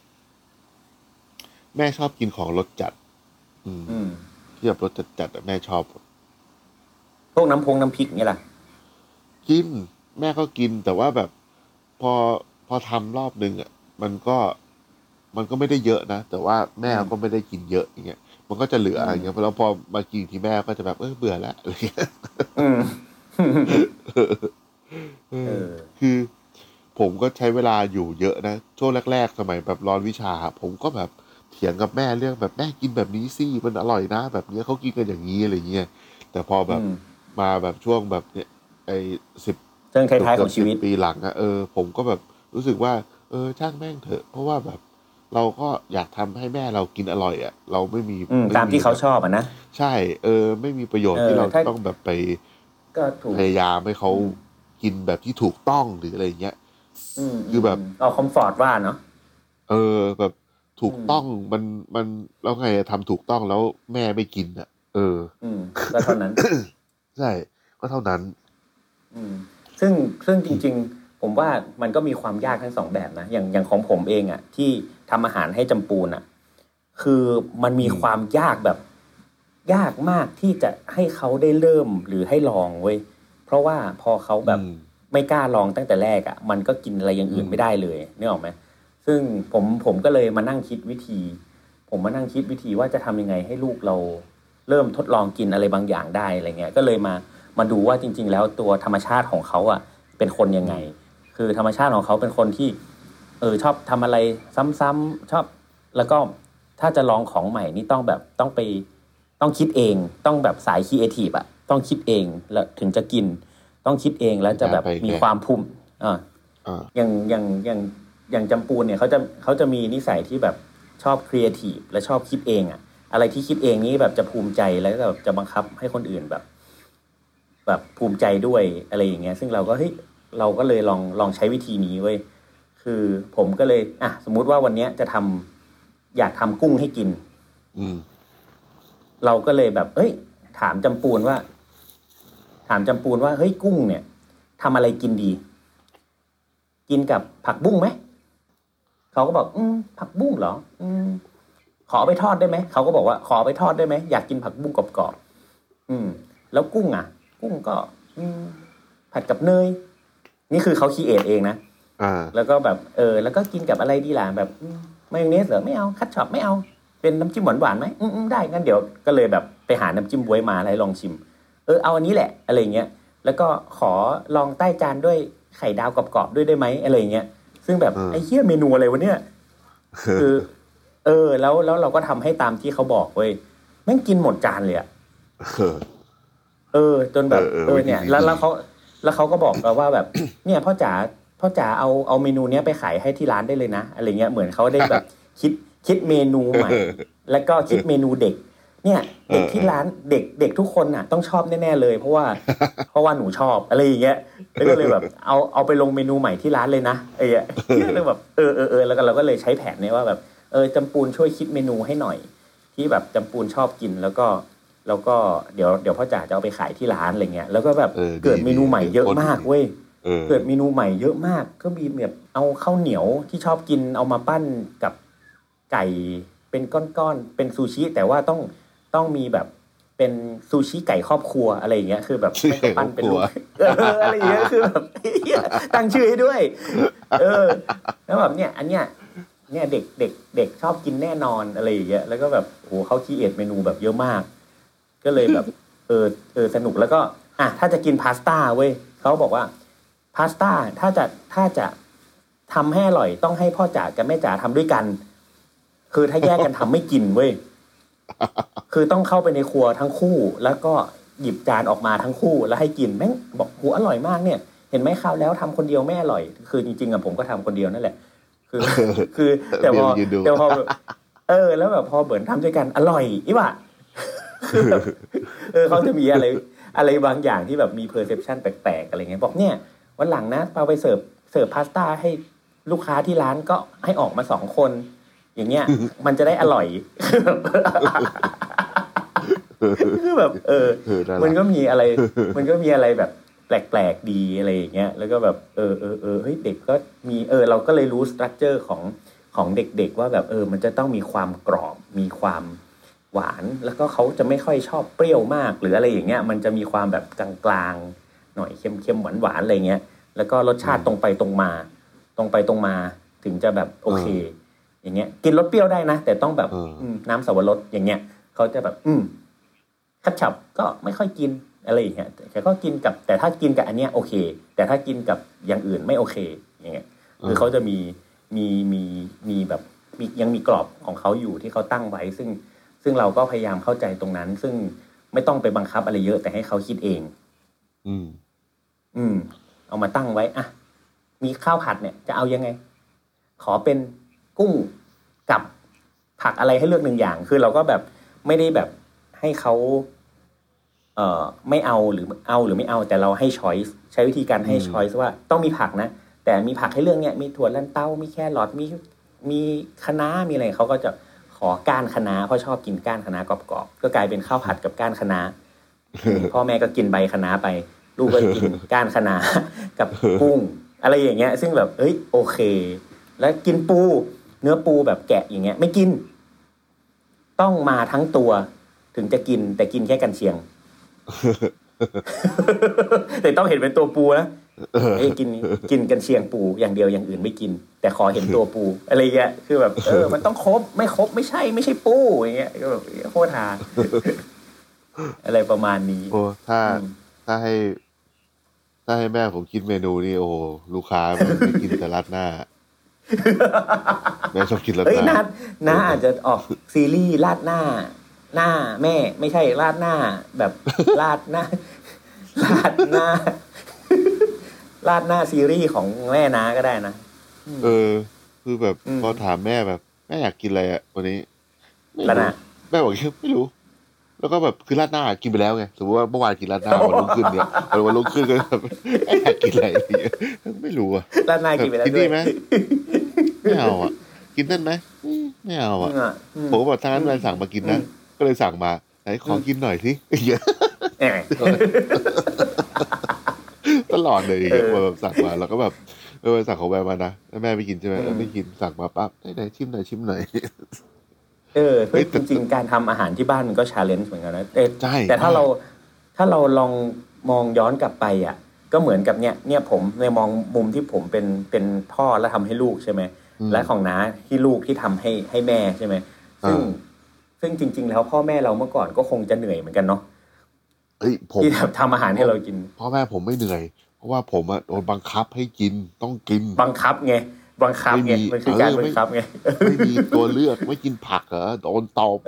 แม่ชอบกินของรสจัดที่แบบรสจัดๆแม่ชอบพวกน้ำพริกนี่แหละกินแม่ก็กินแต่ว่าแบบพอทำรอบนึงอ่ะมันก็ไม่ได้เยอะนะแต่ว่าแม่ก็ไม่ได้กินเยอะอย่างเงี้ยมันก็จะเหลืออย่างเงี้ยแล้วพอมากินที่แม่ก็จะแบบเบื่อแล้วอะไรเงี้ยคือผมก็ใช้เวลาอยู่เยอะนะช่วงแรกๆสมัยแบบร้อนวิชาผมก็แบบเถียงกับแม่เรื่องแบบแม่กินแบบนี้สิมันอร่อยนะแบบนี้เขากินกันอย่างนี้อะไรเงี้ยแต่พอแบบมาแบบช่วงแบบเนี้ย10 ช่วงท้ายๆของชีวิตปีหลังอะผมก็แบบรู้สึกว่าช่างแม่งเถอะเพราะว่าแบบเราก็อยากทำให้แม่เรากินอร่อยอะเราไม่มีตามที่เขาชอบอ่ะนะใช่ไม่มีประโยชน์ที่เราต้องแบบไปพยายามให้เขากินแบบที่ถูกต้องหรืออะไรเงี้ยคือแบบเอาคอมฟอร์ตว่าเนาะแบบถูกต้องมันแล้วไงทำถูกต้องแล้วแม่ไม่กินอ่ะก็เท่านั้นใช่ก็เท่านั้นซึ่งจริงๆผมว่ามันก็มีความยากทั้ง2แบบนะอย่างของผมเองอ่ะที่ทำอาหารให้จำปูนอ่ะคือมันมีความยากแบบยากมากที่จะให้เขาได้เริ่มหรือให้ลองเว้ยเพราะว่าพอเขาแบบไม่กล้าลองตั้งแต่แรกอ่ะมันก็กินอะไรอย่างอื่นไม่ได้เลยนึกออกไหมซึ่งผมก็เลยมานั่งคิดวิธีว่าจะทำยังไงให้ลูกเราเริ่มทดลองกินอะไรบางอย่างได้อะไรเงี้ยก็เลยมาดูว่าจริงๆแล้วตัวธรรมชาติของเขาอ่ะเป็นคนยังไงคือธรรมชาติของเขาเป็นคนที่ชอบทำอะไรซ้ำๆชอบแล้วก็ถ้าจะลองของใหม่นี่ต้องคิดเองต้องแบบสายครีเอทีฟอ่ะต้องคิดเองแล้วถึงจะกินต้องคิดเองแล้วจะแบบมีความภูมิอย่างจำปูนเนี่ยเขาจะมีนิสัยที่แบบชอบครีเอทีฟและชอบคิดเองอ่ะอะไรที่คิดเองนี้แบบจะภูมิใจแล้วก็แบบจะบังคับให้คนอื่นแบบภูมิใจด้วยอะไรอย่างเงี้ยซึ่งเราก็เลยลองใช้วิธีนี้เว้ยคือผมก็เลยสมมุติว่าวันเนี้ยอยากทำกุ้งให้กินเราก็เลยแบบถามจำปูนว่าเฮ้ยกุ้งเนี่ยทำอะไรกินดีกินกับผักบุ้งไหมเขาก็บอกผักบุ้งเหรอขอไปทอดได้ไหมเขาก็บอกว่าขอไปทอดได้ไหมอยากกินผักบุ้งกรอบๆแล้วกุ้งกุ้งก็ผัดกับเนยนี่คือเขาคิดเองนะแล้วก็แบบแล้วก็กินกับอะไรดีล่ะแบบมายองเนสเหรอไม่เอาคัตช็อปไม่เอาเป็นน้ำจิ้มหวานๆไหมได้งั้นเดี๋ยวก็เลยแบบไปหาน้ำจิ้มบ๊วยมาให้ลองชิมเอาอันนี้แหละอะไรเงี้ยแล้วก็ขอลองใต้จานด้วยไข่ดาวกรอบๆด้วยได้ไหมอะไรเงี้ยซึ่งแบบไอ้เหี้ยเมนูอะไรวะเนี่ยคือแล้วเราก็ทำให้ตามที่เขาบอกเว้ยแม่งกินหมดจานเลยจนแบบเนี่ยแล้วเขาก็บอกเราว่าแบบเนี่ยพ่อจ๋าเอาเมนูเนี้ยไปขายให้ที่ร้านได้เลยนะอะไรเงี้ยเหมือนเขาได้แบบคิดเมนูใหม่แล้วก็คิดเมนูเด็กเนี่ยเด็กที่ร้านเด็กทุกคนน่ะต้องชอบแน่ๆเลยเพราะว่าหนูชอบอะไรอย่างเงี้ยแล้วก็เลยแบบเอาไปลงเมนูใหม่ที่ร้านเลยนะไอ้เนี่ยแล้วแบบแล้วก็เราก็เลยใช้แผนนี้ว่าแบบจำปูนช่วยคิดเมนูให้หน่อยที่แบบจำปูนชอบกินแล้วก็เดี๋ยวพ่อจ๋าจะเอาไปขายที่ร้านอะไรเงี้ยแล้วก็แบบเกิดเมนูใหม่เยอะมากเว้ยเกิดเมนูใหม่เยอะมากก็มีแบบเอาข้าวเหนียวที่ชอบกินเอามาปั้นกับไก่เป็นก้อนๆเป็นซูชิแต่ว่าต้องมีแบบเป็นซูชิไก่ครอบครัวอะไรอย่างเงี้ยคือแบบไม่ต้องปั้นเป็นลูกอะไรอย่างเงี้ยคือแบบตั้งชื่อให้ด้วยแล้วแบบเนี่ยอันเนี้ยเนี่ยเด็กชอบกินแน่นอนอะไรอย่างเงี้ยแล้วก็แบบโหเขาคิดเมนูแบบเยอะมากก็เลยแบบสนุกแล้วก็ถ้าจะกินพาสต้าเว้ยเขาบอกว่าพาสต้าถ้าจะทำให้อร่อยต้องให้พ่อจ๋ากับแม่จ๋าทำด้วยกันคือถ้าแยกกันทำไม่กินเว้ยคือต้องเข้าไปในครัวทั้งคู่แล้วก็หยิบจานออกมาทั้งคู่แล้วให้กินแม่งบอกโหอร่อยมากเนี่ยเห็นไหมคราวแล้วทำคนเดียวไม่อร่อยคือจริงๆผมก็ทำคนเดียวนั่นแหละคือแต่พอแล้วแบบพอเหมือนทำด้วยกันอร่อยอีหว่าเขาจะมีอะไรบางอย่างที่แบบมี perception แปลกๆอะไรเงี้ยบอกเนี่ยวันหลังนะเอาไปเสิร์ฟพาสต้าให้ลูกค้าที่ร้านก็ให้ออกมา2 คนอย่างเงี้ยมันจะได้อร่อยคือแบบมันก็มีอะไรแบบแปลกๆดีอะไรอย่างเงี้ยแล้วก็แบบเฮ้ยเด็กก็มีเราก็เลยรู้สตรัคเจอร์ของเด็กๆว่าแบบมันจะต้องมีความกรอบมีความหวานแล้วก็เขาจะไม่ค่อยชอบเปรี้ยวมากหรืออะไรอย่างเงี้ยมันจะมีความแบบกลางๆหน่อยเค็มๆหวานๆอะไรเงี้ยแล้วก็รสชาติตรงไปตรงมาถึงจะแบบโอเคอย่างเงี้ยกินรสเปรี้ยวได้นะแต่ต้องแบบน้ำสับปะรดอย่างเงี้ยเขาจะแบบคัตฉับก็ไม่ค่อยกินอะไรอย่างเงี้ยแต่ก็กินกับแต่ถ้ากินกับอันเนี้ยโอเคแต่ถ้ากินกับอย่างอื่นไม่โอเคอย่างเงี้ยคือเขาจะมีแบบยังมีกรอบของเขาอยู่ที่เขาตั้งไว้ซึ่งเราก็พยายามเข้าใจตรงนั้นซึ่งไม่ต้องไปบังคับอะไรเยอะแต่ให้เขาคิดเองเอามาตั้งไว้มีข้าวผัดเนี่ยจะเอายังไงขอเป็นกุ้งกับผักอะไรให้เลือก1 อย่างคือเราก็แบบไม่ได้แบบให้เขาไม่เอาหรือไม่เอาแต่เราให้ช้อยส์ใช้วิธีการให้ช้อยส์ว่าต้องมีผักนะแต่มีผักให้เลือกเนี่ยมีถั่วลันเต้ามีแครอทมีคะน้ามีอะไรเขาก็จะขอก้านคะน้าเพราะชอบกินก้านคะน้ากรอบๆก็กลายเป็นข้าวผัดกับก้านคะน้าพ่อแม่ก็กินใบคะน้าไปลูกก็กินก้านคะน้ากับกุ้งอะไรอย่างเงี้ยซึ่งแบบโอเคแล้วกินปูเนื้อปูแบบแกะอย่างเงี้ยไม่กินต้องมาทั้งตัวถึงจะกินแต่กินแค่กันเชียง แต่ต้องเห็นเป็นตัวปูนะกินกันเชียงปูอย่างเดียวอย่างอื่นไม่กินแต่ขอเห็นตัวปูอะไรเงี้ยคือแบบมันต้องครบไม่ครบไม่ใช่ปูอย่างเงี้ยก็แบบโคตรหา อะไรประมาณนี้โอ้ถ้าให้แม่ผมคิดเมนูนี่โอ้ลูกค้าไม่กินแต่ราดหน้าแม่ชอบกินราดหน้าน้าอาจจะออกซีรีส์ราดหน้าแม่ไม่ใช่ราดหน้าแบบราดหน้าราดหน้าซีรีส์ของแม่น้าก็ได้นะคือแบบพอถามแม่แบบแม่อยากกินอะไรอ่ะวันนี้ราดหน้าแม่บอกไม่รู้แล้วก็แบบคือราดหน้ากินไปแล้วไงสมมติว่าเมื่อวานกินราดหน้าวันรุ่งขึ้นเนี่ยวันรุ่งขึ้นก็แบบอยากกินอะไรไม่รู้อ่ะราดหน้ากินไปแล้วกินนี่ไหมไม่เอาอ่ะกินนั่นไหมไม่เอาอ่ะผมก็บอกถ้างั้นไปสั่งมากินนะก็เลยสั่งมาไหนขอกินหน่อยสิเยอะตลอดเลยแบบสั่งมาแล้วก็แบบสั่งของแม่มานะแล้วแม่ไม่กินใช่ไหมไม่กินสั่งมาปั๊บไหนชิมหน่อยเพื่อจริงๆการทำอาหารที่บ้านมันก็ challenge เหมือนกันนะแต่ถ้าเราลองมองย้อนกลับไปอ่ะก็เหมือนกับเนี่ยผมในมองมุมที่ผมเป็นพ่อแล้วทำให้ลูกใช่ไหมและของน้าที่ลูกที่ทำให้แม่ใช่ไหมซึ่งจริงๆแล้วพ่อแม่เราเมื่อก่อนก็คงจะเหนื่อยเหมือนกันเนาะที่ทำอาหารให้เรากินพ่อแม่ผมไม่เหนื่อยเพราะว่าผมโดนบังคับให้กินต้องกินบังคับไงมันคือการบังคับไงไม่มีตัวเลือกไม่กินผักเหรอโดนตบ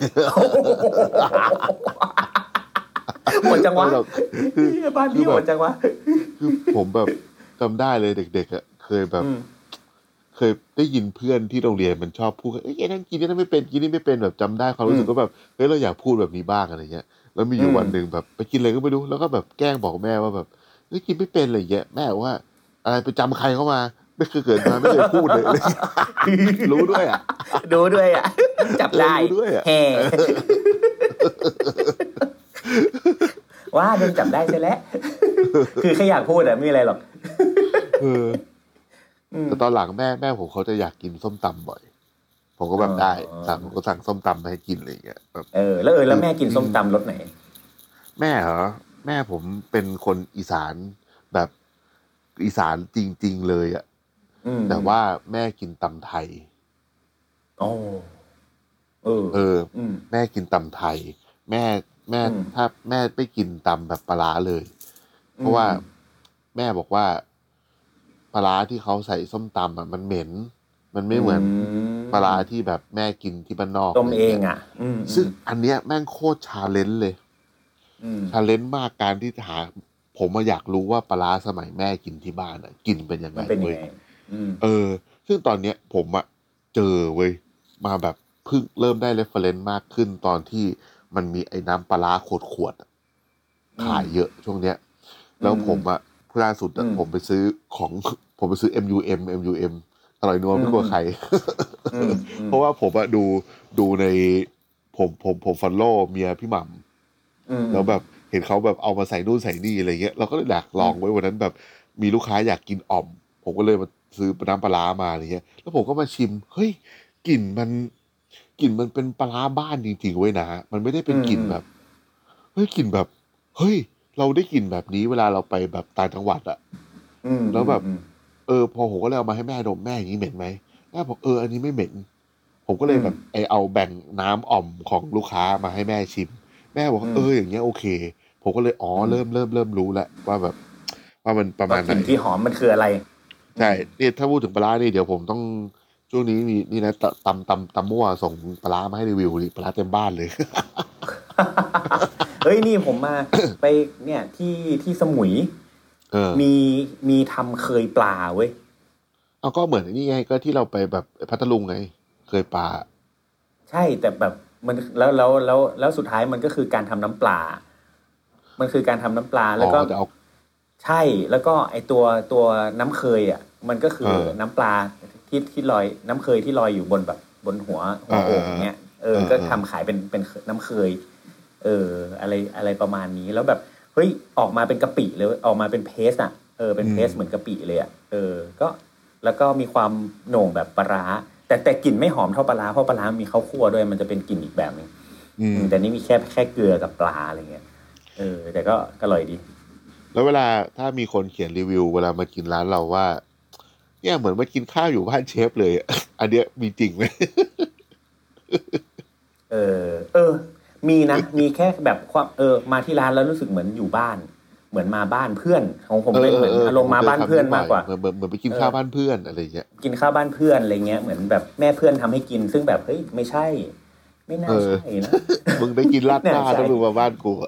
หมดจังวะบ้านพี่หมดจังวะคือผมแบบจำได้เลยเด็กๆอ่ะเคยได้ยินเพื่อนที่โรงเรียนมันชอบพูดไอ้นั่นกินนี่ไม่เป็นกินนี่ไม่เป็นแบบจำได้ความรู้สึกก็แบบเฮ้ยเราอยากพูดแบบนี้บ้างอะไรเงี้ยแล้วมีอยู่วันหนึ่งแบบไปกินอะไรก็ไม่รู้แล้วก็แบบแกล้งบอกแม่ว่าแบบเฮ้ยกินไม่เป็นอะไรเงี้ยแม่ว่าอะไรไปจำใครเข้ามาไม่เคยเกิดมาไม่เคยพูดเลยรู้ด้วยอ่ะดูด้วยอ่ะจับได้แห่ว่าโดนจับได้ใช่แล้วคือแค่อยากพูดอ่ะไม่มีอะไรหรอกแต่ตอนหลังแม่ผมเขาจะอยากกินส้มตำบ่อยผมก็แบบได้ผมก็สั่งส้มตำมาให้กินอะไรอย่างเงี้ยแบบแล้วแม่กินส้มตำรสไหนแม่เหรอแม่ผมเป็นคนอีสานแบบอีสานจริงๆเลยอ่ะแต่ว่าแม่กินตำไทยแม่กินตำไทยแม่ถ้าแม่ไม่กินตำแบบปลาร้าเลยเพราะว่าแม่บอกว่าปลาร้าที่เขาใส่ส้มตำอ่ะมันเหม็นมันไม่เหมือนปลาร้าที่แบบแม่กินที่บ้านนอกต้มเองอ่ะซึ่งอันเนี้ยแม่งโคตรชาเลนจ์เลยชาเลนจ์มากการที่หาผมอยากรู้ว่าปลาร้าสมัยแม่กินที่บ้านอ่ะกินเป็นยังไงเว้ยซึ่งตอนเนี้ยผมอ่ะเจอเว้ยมาแบบเพิ่งเริ่มได้เรฟเฟอเรนซ์มากขึ้นตอนที่มันมีไอ้น้ำปลาร้าขวดขายเยอะช่วงเนี้ยแล้วผมอ่ะล่าสุดผมไปซื้อMUM อร่อยนัวไม่กลัวใครเพราะว่าผมอะดูในผมฟอลโล่เมียพี่หม่ำแล้วแบบเห็นเขาแบบเอามาใส่นู่นใส่นี่อะไรเงี้ยเราก็เลยอยากลองไว้วันนั้นแบบมีลูกค้าอยากกินอ่อมผมก็เลยมาซื้อน้ำปลาร้ามาอะไรเงี้ยแล้วผมก็มาชิมเฮ้ยกลิ่นมันเป็นปลาร้าบ้านจริงๆเว้ยนะมันไม่ได้เป็นกลิ่นแบบเฮ้ยกลิ่นแบบเฮ้ยเราได้กลิ่นแบบนี้เวลาเราไปแบบต่างจังหวัดอะแล้วแบบพอผมก็เลยเอามาให้แม่ดมแม่อย่างนี้เหม็นไหมแม่บอกอันนี้ไม่เหม็นผมก็เลยแบบเอาแบ่งน้ำอ่อมของลูกค้ามาให้แม่ชิมแม่บอกอย่างเงี้ยโอเคผมก็เลยเริ่มรู้แล้วว่าแบบว่ามันประมาณไหนกลิ่นที่หอมมันคืออะไรใช่เนี่ยถ้าพูดถึงปลาร้านี่เดี๋ยวผมต้องช่วงนี้มีนี่นะตำมั่วส่งปลาร้ามาให้รีวิวนี่ปลาร้าเต็มบ้านเลยเฮ้ยนี่ผมมาไปเนี่ยที่สมุยมีทำเคยปลาเว้ยเอาก็เหมือนนี่ไงก็ที่เราไปแบบพัทลุงไงเคยปลาใช่แต่แบบมันแล้วสุดท้ายมันก็คือการทำน้ำปลามันคือการทำน้ำปลาแล้วก็ใช่แล้วก็ไอตัวน้ำเคยอ่ะมันก็คือน้ำปลาที่ลอยน้ำเคยที่ลอยอยู่บนแบบบนหัวโอ่งเงี้ยก็ทำขายเป็นน้ำเคยอะไรประมาณนี้แล้วแบบเฮ้ยออกมาเป็นกะปิเลยออกมาเป็นเพสอ่ะเป็นเพสเหมือนกะปิเลยอ่ะก็แล้วก็มีความโหน่งแบบปลาร้าแต่กลิ่นไม่หอมเท่าปลาร้าเพราะปลาร้ามีข้าวคั่วด้วยมันจะเป็นกลิ่นอีกแบบนึงแต่นี่มีแค่เกลือกับปลาอะไรเงี้ยแต่ก็อร่อยดีแล้วเวลาถ้ามีคนเขียนรีวิวเวลามากินร้านเราว่าเนี่ยเหมือนมากินข้าวอยู่บ้านเชฟเลยอันเนี้ยมีจริงไหมมีนะมีแค่แบบความมาที่ร้านแล้วรู้สึกเหมือนอยู่บ้านเหมือนมาบ้านเพื่อนของผมเป็นเหมือนอารมณ์มาบ้านเพื่อนมากกว่าเหมือนไปกินข้าวบ้านเพื่อนอะไรเงี้ยกินข้าวบ้านเพื่อนอะไรเงี้ยเหมือนแบบแม่เพื่อนทำให้กินซึ่งแบบเฮ้ยไม่ใช่ไม่น่าใช่นะมึงได้กินราดหน้าถ้ามึงมาบ้านกู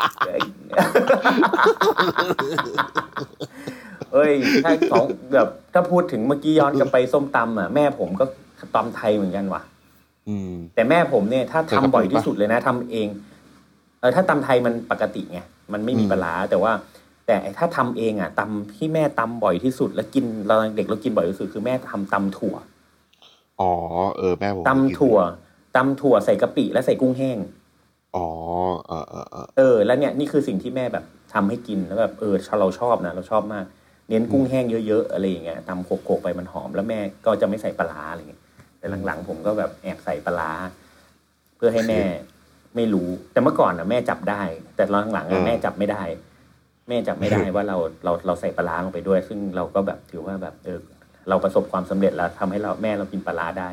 เอ้ยถ้าของแบบถ้าพูดถึงเมื่อกี้ย้อนกลับไปส้มตำแม่ผมก็ตำไทยเหมือนกันว่ะแต่แม่ผมเนี่ยถ้าทำบ่อยที่สุดเลยนะทำเองถ้าตำไทยมันปกติไงมันไม่มีปลาร้าแต่ถ้าทำเองตำที่แม่ตำบ่อยที่สุดแล้วกินเราเด็กเรากินบ่อยที่สุดคือแม่ทำตำถั่วแม่ผมตำถั่วใส่กะปิและใส่กุ้งแห้งแล้วเนี่ยนี่คือสิ่งที่แม่แบบทำให้กินแล้วแบบเราชอบนะเราชอบมากเน้นกุ้งแห้งเยอะๆอะไรอย่างเงี้ยตำโขกๆไปมันหอมแล้วแม่ก็จะไม่ใส่ปลาร้าอะไรเงี้ยแต่หลังๆผมก็แบบแอบใส่ปลาร้าเพื่อให้แม่ไม่รู้แต่เมื่อก่อนแม่จับได้แต่หลังๆแม่จับไม่ได้แม่จับไม่ได้ว่าเราใส่ปลาร้าลงไปด้วยซึ่งเราก็แบบถือว่าแบบเราประสบความสำเร็จแล้วทำให้แม่เรากินปลาร้าได้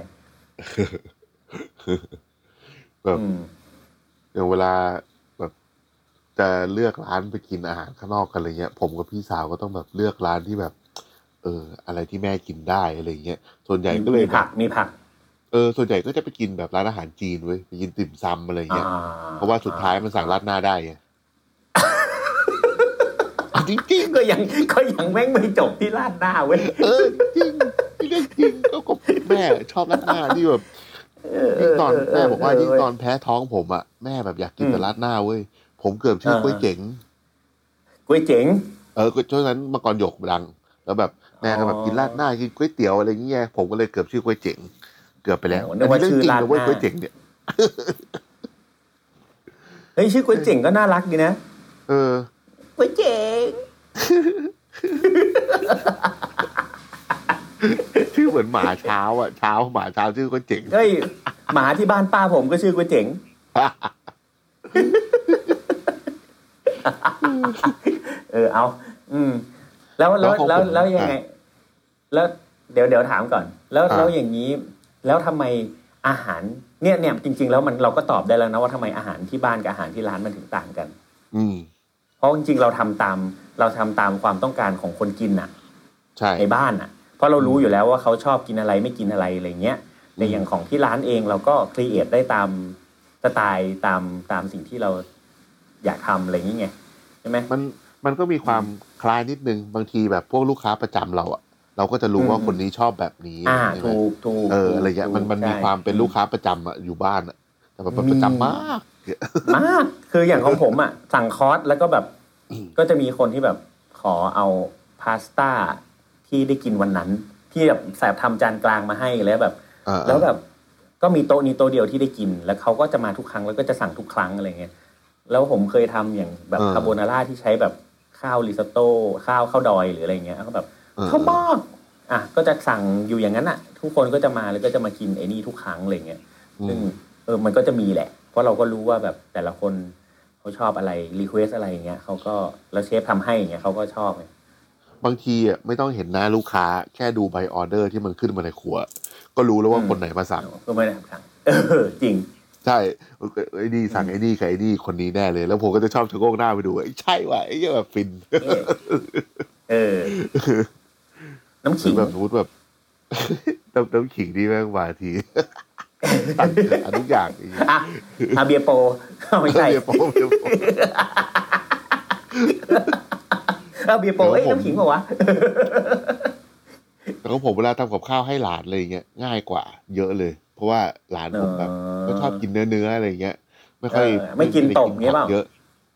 แบบอย่างเวลาแบบจะเลือกร้านไปกินอาหารข้างนอกกันอะไรเงี้ยผมกับพี่สาวก็ต้องแบบเลือกร้านที่แบบอะไรที่แม่กินได้อะไรเงี้ยส่วนใหญ่ก็เลยมีผักส่วนใหญ่ก็จะไปกินแบบร้านอาหารจีนเว้ยไปกินติ่มซำอะไรเงี้ยเพราะว่าสุดท้ายมันสั่งราดหน้าได้ไงจริงๆก็ยังแม่งไม่จบที่ราดหน้าเว้ยจริงจริงก็แม่ชอบราดหน้าที่แบบยิ่งตอนแม่บอกว่ายิ่งตอนแพ้ท้องผมแม่แบบอยากกินแต่ราดหน้าเว้ยผมเกือบชื่อก๋วยเจ๋งช่วงนั้นเมื่อก่อนหยกดังแล้วแบบแม่ก็แบบกินราดหน้ากินก๋วยเตี๋ยวอะไรเงี้ยผมก็เลยเกือบชื่อก๋วยเจ๋งเกือบไปแล้วอันนี้เรื่องจริงนะเว้ยก๋วยเจ๋งเนี่ยเฮ้ยชื่อก๋วยเจ๋งก็น่ารักดีนะก๋วยเจ๋งชื่อเหมือนหมาเช้าหมาเช้าชื่อก๋วยเจ๋งเฮ้ยหมาที่บ้านป้าผมก็ชื่อก๋วยเจ๋งเอาแล้วยังไงแล้วเดี๋ยวถามก่อนแล้วอย่างนี้แล้วทำไมอาหารเนี่ยจริงๆแล้วเราก็ตอบได้แล้วนะว่าทำไมอาหารที่บ้านกับอาหารที่ร้านมันถึงต่างกันเพราะจริงๆเราทำตามความต้องการของคนกินในบ้านเพราะเรารู้อยู่แล้วว่าเขาชอบกินอะไรไม่กินอะไรอะไรเงี้ยในอย่างของที่ร้านเองเราก็ครีเอทได้ตามสไตล์ตามสิ่งที่เราอยากทำอะไรอย่างเงี้ยใช่ไหมมันก็มีความคล้ายนิดนึงบางทีแบบพวกลูกค้าประจำเราก็จะรู้ว่าคนนี้ชอบแบบนี้ถูกอะไรเงี้ยมันมีความเป็นลูกค้าประจำอยู่บ้านแต่แบบประจำมากคืออย่างของผมสั่งคอร์สแล้วก็แบบก็จะมีคนที่แบบขอเอาพาสต้าที่ได้กินวันนั้นที่แบบแสบทำจานกลางมาให้แล้วแบบแล้วแบบก็มีโต๊ะนี้โต๊ะเดียวที่ได้กินแล้วเขาก็จะมาทุกครั้งแล้วก็จะสั่งทุกครั้งอะไรเงี้ยแล้วผมเคยทำอย่างแบบคาโบนาร่าที่ใช้แบบข้าวริซอตโต้ข้าวดอยหรืออะไรเงี้ยก็แบบชอบมากก็จะสั่งอยู่อย่างนั้นทุกคนก็จะมาแล้วก็จะมากินไอ้นี่ทุกครั้งอะไรเงี้ยซึ่งมันก็จะมีแหละเพราะเราก็รู้ว่าแบบแต่ละคนเขาชอบอะไรรีเควสอะไรอย่างเงี้ยเขาก็แล้วเชฟทำให้อย่างเงี้ยเขาก็ชอบไงบางทีไม่ต้องเห็นหน้าลูกค้าแค่ดูใบออเดอร์ที่มันขึ้นมาในครัวก็รู้แล้วว่าคนไหนมาสั่งก็ไม่ได้สั่งจริงใช่ไอ้นี่สั่งไอ้นี่กับไอ้นี่คนนี้แน่เลยแล้วผมก็จะชอบชะโงกหน้าไปดูใช่ว่ะไอ้เนี่ยแบบฟินน้ำขิงแบบสมมติแบบน้ำขิงที่แม่งมาทีอันทุกอย่างเบียร์โปไม่ใช่เบียร์โปเบียร์โปน้ำขิงเปล่าวะแต่ของผมเวลาทำกับข้าวให้หลานอะไรเงี้ยง่ายกว่าเยอะเลยเพราะว่าหลานผมแบบก็ชอบกินเนื้ออะไรเงี้ยไม่ค่อยไม่กินตกเงี้ยเปล่าเยอะ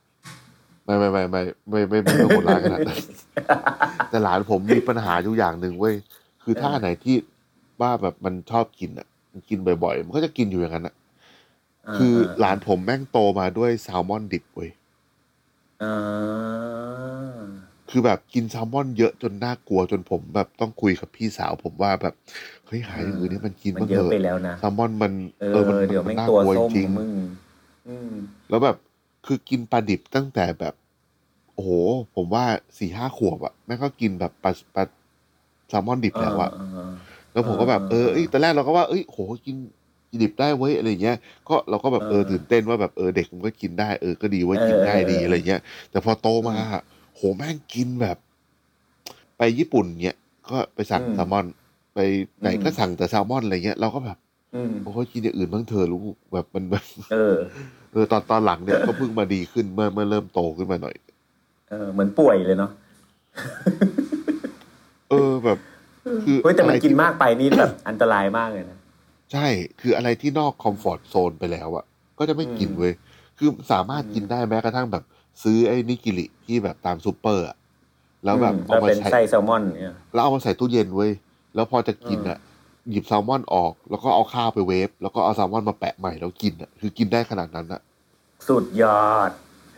ไม่โหดร้ายขนาดนั้นแต่หลานผมมีปัญหาอยู่อย่างหนึ่งเว้ยคือถ้าไหนที่ว่าแบบมันชอบกินมันกินบ่อยๆมันก็จะกินอยู่อย่างนั้นคือหลานผมแม่งโตมาด้วยแซลมอนดิบเว้ยคือแบบกินแซลมอนเยอะจนน่ากลัวจนผมแบบต้องคุยกับพี่สาวผมว่าแบบเฮ้ยหาอย่างอื่นให้มันกินมันบ้างเยอะเถอะไปแล้วนะแซลมอนมันเดี๋ยวมันแม่งตัวน่ากลัวจส้มริงมึงอืมๆแล้วแบบคือกินปลาดิบตั้งแต่แบบโอ้โหผมว่า4-5 ขวบอะแม่งก็กินแบบปลาแซลมอนดิบเออแล้วอะเออแล้วผมก็แบบเอ้ยตอนแรกเราก็ว่าเอ้ยโหกินดิบได้เว้ยอะไรเงี้ยก็เราก็แบเอบอตื่นเต้นว่าแบบเด็กมันก็กินได้ก็ดีเว้ยกินง่ายดีอะไรเงี้ยแต่พอโตมาอืมโหแม่งกินแบบไปญี่ปุ่นเงี้ยก็ไปสั่งอืมแซลมอนไปไหนอืมก็สั่งแต่แซลมอนอะไรเงี้ยเราก็แบบอืมโอ้ยกินอย่างอื่นบ้างเธอะลูกแบบมันแบบเออตอนหลังเนี่ยก็เพิ่งมาดีขึ้นเมื่อเริ่มโตขึ้นมาหน่อยเหมือนป่วยเลยเนาะแบบคือเฮ้ยแต่อะไรที่มันมันกินมากไปนี่แบบอันตรายมากเลยนะใช่คืออะไรที่นอกคอมฟอร์ z โซนไปแล้วอะก็จะไม่อืมกินเว้ยคือสามารถอืมกินได้แม้กระทั่งแบบซื้อไอ้นิกิริที่แบบตามซูเปอร์อะแล้วแบบเอาแล้วเป็นมาใช้ไส้แซลมอนเนี่ยแล้วเอามาใส่ตู้เย็นเว้ยแล้วพอจะอืมกินอะหยิบแซลมอนออกแล้วก็เอาข้าวไปเวฟแล้วก็เอาแซลมอนมาแปะใหม่แล้วกินอะคือกินได้ขนาดนั้นอะสุดยอด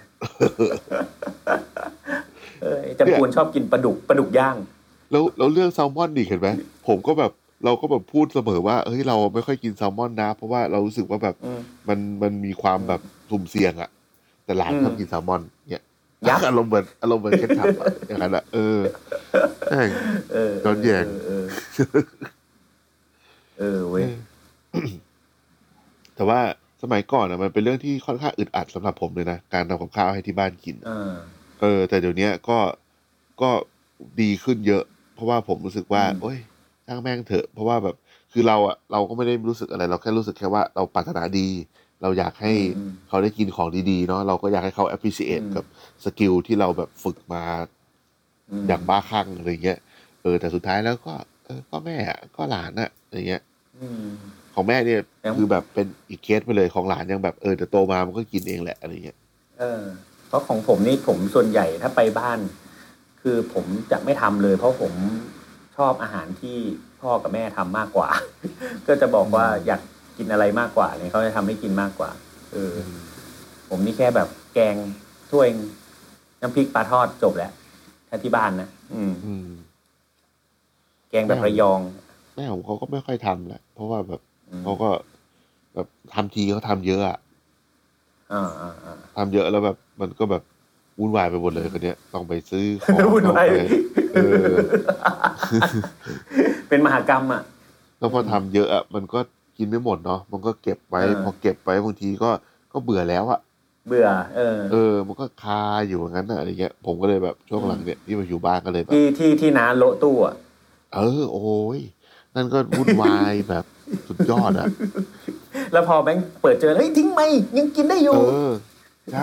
จำเนี่ยปูนชอบกินปลาดุกย่างแล้วเรื่องแซลมอนอีกเห็นไหมผมก็แบบเราก็แบบพูดเสมอว่าเฮ้ยเราไม่ค่อยกินแซลมอนนะเพราะว่าเรารู้สึกว่าแบบอืมมันมีความอืมแบบสุ่มเสี่ยงอะแต่หลานอืมชอบกินแซลมอนเนี่ยยับอารมณ์เหมือนเคทชัพอะอย่างนั้นอะแม่งเออเอย้อนแย้งอเออเออเว้ยเออแต่ว่าสมัยก่อนอะมันเป็นเรื่องที่ค่อนข้างอึดอัดสำหรับผมเลยนะการทำกับข้าวให้ที่บ้านกินอ่าแต่เดี๋ยวเนี้ยก็ดีขึ้นเยอะเพราะว่าผมรู้สึกว่าอืมโอ้ยช่างแม่งเถอะเพราะว่าแบบคือเราก็ไม่ได้รู้สึกอะไรเราแค่รู้สึกแค่ว่าเราปรารถนาดีเราอยากให้อืมเขาได้กินของดีๆเนาะเราก็อยากให้เขาอื appreciate มกับสกิลที่เราแบบฝึกมาอืมอย่างบ้าคลั่งอะไรเงี้ยแต่สุดท้ายแล้วก็ก็แม่อะก็หลานอะอะไรเงี้ยอืมของแม่เนี่ยแล้วคือแบบเป็นอีกเคสไปเลยของหลานยังแบบเดี๋ยวโตมามันก็กินเองแหละอะไรเงี้ยเออเพราะของผมนี่ผมส่วนใหญ่ถ้าไปบ้านคือผมจะไม่ทำเลยเพราะผมชอบอาหารที่พ่อกับแม่ทำมากกว่าก็จะบอกอืว่ามอยากกินอะไรมากกว่าเนี่ยเขาจะทำให้กินมากกว่าเอออืมผมนี่แค่แบบแกงถ้วยน้ำพริกปลาทอดจบแหละถ้าที่บ้านนะอืมแกงแบแม่ผมบระยองแม่ผมเขาก็ไม่ค่อยทำแหละเพราะว่าแบบอืมเขาก็แบบทำทีเขาทำเยอะอะอ่าทำเยอะแล้วแบบมันก็แบบวุ่นวายไปหมดเลยคนเนี้ยต้องไปซื้อขอวุ่นวายงต้องไปเออเป็นมหากรรมอ่ะแล้วพอืมอทำเยอะอะมันก็กินไม่หมดเนาะมันก็เก็บไว้เออพอเก็บไว้บางทีก็เบื่อแล้วอะเบื่อมันก็คาอยู่อย่างนั้นอะอะไรเงี้ยผมก็เลยแบบช่วงอืมหลังเนี่ยที่มาอยู่บ้านก็เลยแบบที่น้าโละตู้อ่ะโอ้ยนั่นก็วุ่นวายแบบสุดยอดอะแล้วพอแบงค์เปิดเจอเฮ้ยทิ้งไหมยังกินได้อเอยู่อใช่